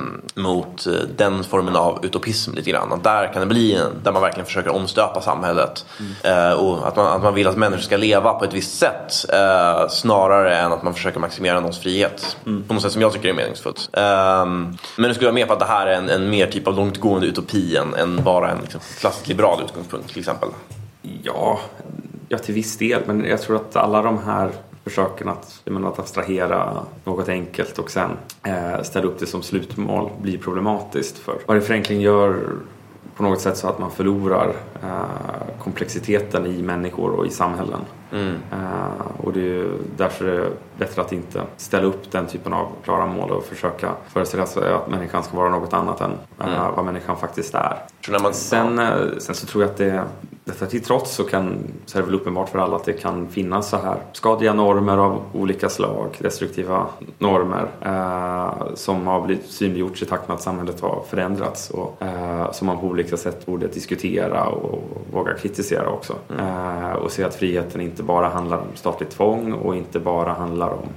den formen av utopism lite grann. Att där kan det bli där man verkligen försöker omstöpa samhället och att man vill att människor ska leva på ett visst sätt snarare än att man försöker maximera någons frihet på något sätt som jag tycker är meningsfullt. Men nu skulle jag med på att det här är en mer typ av långtgående utopi än bara en liksom, klassisk liberal utgångspunkt till exempel. Ja, till viss del. Men jag tror att alla de här försöken att abstrahera något enkelt och sen ställa upp det som slutmål blir problematiskt. För varje förenkling gör på något sätt så att man förlorar komplexiteten i människor och i samhällen. Och det är ju därför det är bättre att inte ställa upp den typen av klara mål och försöka föreställa sig att människan ska vara något annat än vad människan faktiskt är. Sen så tror jag att detta till trots så är det väl uppenbart för alla att det kan finnas så här skadliga normer av olika slag, destruktiva normer som har blivit synliggjorts i takt med att samhället har förändrats och som man på olika sätt borde diskutera och våga kritisera också. Och se att friheten inte bara handlar om statligt tvång och inte bara handlar om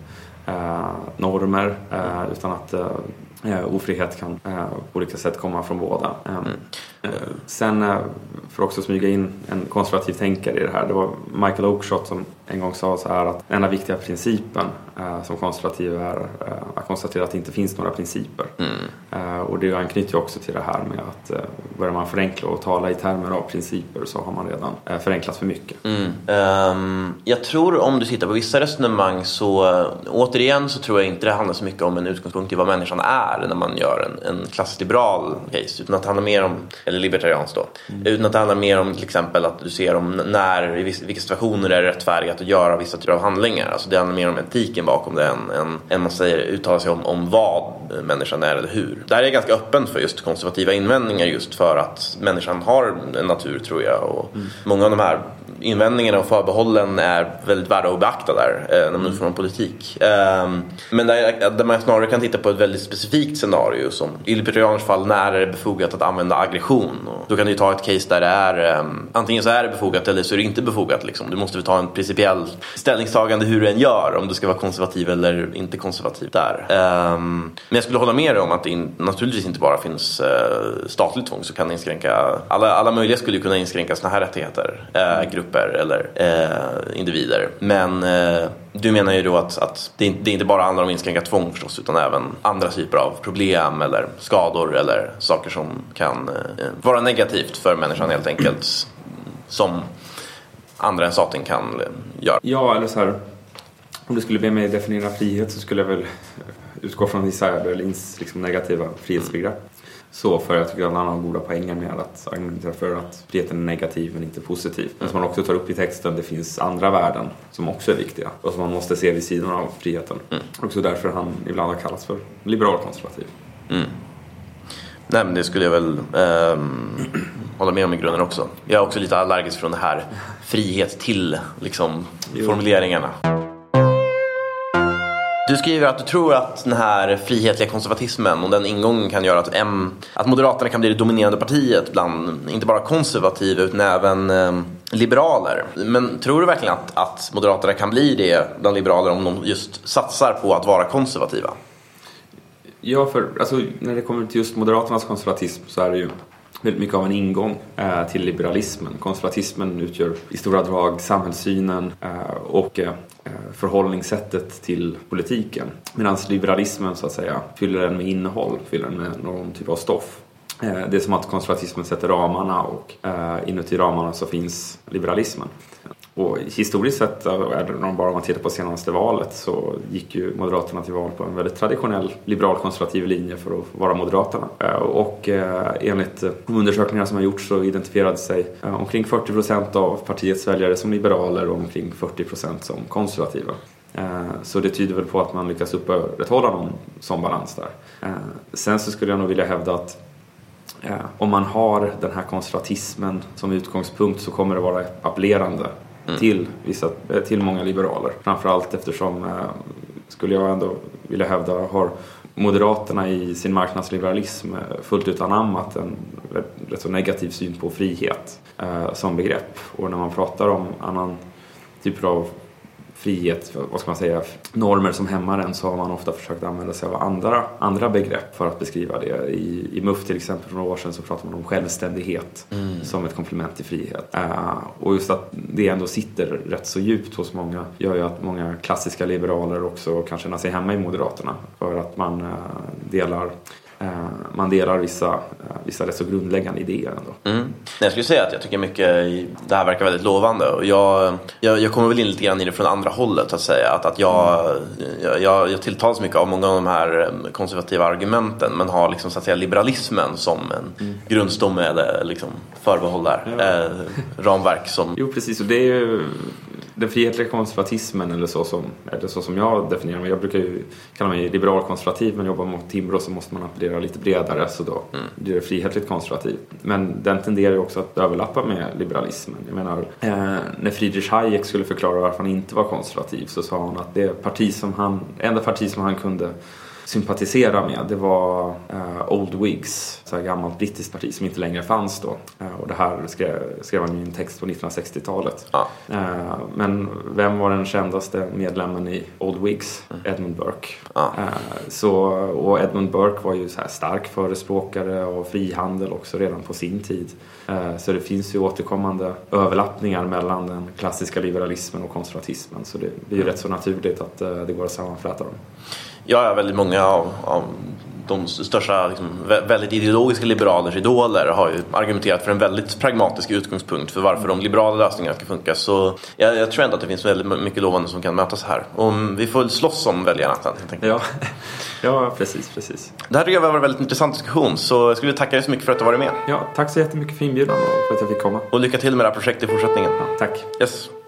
normer utan att ofrihet kan på olika sätt komma från båda. Sen för också smyga in en konservativ tänkare i det här. Det var Michael Oakeshott som en gång sa så här att den enda viktiga principen som konservativ är att konstatera att det inte finns några principer. Och det anknyter ju också till det här med att börjar man förenkla och tala i termer av principer så har man redan förenklat för mycket. Jag tror om du tittar på vissa resonemang så återigen så tror jag inte det handlar så mycket om en utgångspunkt i vad människan är när man gör en klassisk liberal case, utan att det handlar mer om, eller libertarians då, utan att det handlar mer om till exempel att du ser om när, i vilka situationer är det rättfärdigt att göra vissa typer av handlingar. Alltså det handlar mer om etiken bakom det än man säger uttala sig om vad människan är eller hur. Där är jag ganska öppen för just konservativa invändningar just för att människan har en natur tror jag och många av de här invändningarna och förbehållen är väldigt värda att beakta där när man utformar politik. Men där man snarare kan titta på ett väldigt specifikt scenario som i libertarianers fall när är det befogat att använda aggression. Och då kan du ta ett case där det är antingen så är det befogat eller så är det inte befogat. Liksom. Du måste ta en principiell ställningstagande hur du än gör om du ska vara konservativ eller inte konservativ där. Men jag skulle hålla med dig om att det naturligtvis inte bara finns statligt tvång så kan det inskränka alla möjliga skulle ju kunna inskränka såna här rättigheter grupper eller individer. Men du menar ju då att det inte bara handlar om inskränka tvång förstås utan även andra typer av problem eller skador eller saker som kan vara negativt för människan helt enkelt som andra än staten kan göra. Ja, eller så här, om du skulle be mig definiera frihet så skulle jag väl utgå från Isaiah Berlins liksom negativa frihetsbegrepp. Så för jag tycker att han har goda poänger med att argumentera för att friheten är negativ men inte positiv. Men som man också tar upp i texten, det finns andra värden som också är viktiga och som man måste se vid sidan av friheten. Också därför han ibland har kallats för liberal konservativ. Nej men det skulle jag väl hålla med om i grunden också. Jag är också lite allergisk från det här frihet till liksom, formuleringarna. Du skriver att du tror att den här frihetliga konservatismen och den ingången kan göra att Moderaterna kan bli det dominerande partiet bland inte bara konservativa utan även liberaler. Men tror du verkligen att Moderaterna kan bli det bland liberaler om de just satsar på att vara konservativa? Ja, alltså, när det kommer till just Moderaternas konservatism så är det ju väldigt mycket av en ingång till liberalismen. Konservatismen utgör i stora drag samhällssynen och förhållningssättet till politiken. Medan liberalismen så att säga fyller den med innehåll, fyller den med någon typ av stoff. Det är som att konservatismen sätter ramarna och inuti ramarna så finns liberalismen. Och historiskt sett, bara om man tittar på senaste valet, så gick ju Moderaterna till val på en väldigt traditionell liberal-konservativ linje för att vara Moderaterna. Och enligt undersökningar som har gjorts så identifierade sig omkring 40% av partiets väljare som liberaler och omkring 40% som konservativa. Så det tyder väl på att man lyckas upprätthålla någon sån balans där. Sen så skulle jag nog vilja hävda att om man har den här konservatismen som utgångspunkt så kommer det vara appellerande till många liberaler. Framförallt eftersom, skulle jag ändå vilja hävda, har Moderaterna i sin marknadsliberalism fullt ut anammat en rätt så negativ syn på frihet som begrepp. Och när man pratar om annan typ av frihet, vad ska man säga, normer som hämmar en, så har man ofta försökt använda sig av andra begrepp för att beskriva det. I MUF till exempel för några år sedan så pratar man om självständighet som ett komplement till frihet. Och just att det ändå sitter rätt så djupt hos många gör ju att många klassiska liberaler också kan känna sig hemma i Moderaterna för att man delar vissa rätt så grundläggande idéer ändå. Jag skulle säga att jag tycker mycket det här verkar väldigt lovande, och jag kommer väl in lite grann i det från andra hållet att säga att jag tilltalas mycket av många av de här konservativa argumenten, men har liksom så att säga liberalismen som en grundstomme eller liksom förbehåll där, ramverk som... Jo, precis, och det är ju den frihetliga konservatismen eller så som jag definierar mig. Jag brukar ju kalla mig liberal konservativ, men jobbar mot Timbro så måste man appellera lite bredare, så då blir det frihetligt konservativ. Men den tenderar ju också att överlappa med liberalismen. Jag menar, när Friedrich Hayek skulle förklara varför han inte var konservativ så sa han att det enda parti som han kunde sympatisera med, det var Old Whigs, så här gammalt brittiskt parti som inte längre fanns då. Och det här skrev han i en text på 1960-talet. Men vem var den kändaste medlemmen i Old Whigs? Edmund Burke. Och Edmund Burke var ju så här stark förespråkare av frihandel också redan på sin tid. Så det finns ju återkommande överlappningar mellan den klassiska liberalismen och konservatismen. Så det blir ju rätt så naturligt att det går att sammanfläta dem. Ja, väldigt många av de största liksom, väldigt ideologiska liberalers idoler har ju argumenterat för en väldigt pragmatisk utgångspunkt för varför de liberala lösningarna ska funka. Så jag tror ändå att det finns väldigt mycket lovande som kan mötas här. Och vi får slåss om väljarna sen. Ja, precis. Det här tycker jag var en väldigt intressant diskussion, så jag skulle tacka dig så mycket för att du varit med. Ja, tack så jättemycket för inbjudan och för att jag fick komma. Och lycka till med det här projektet i fortsättningen. Ja, tack. Yes.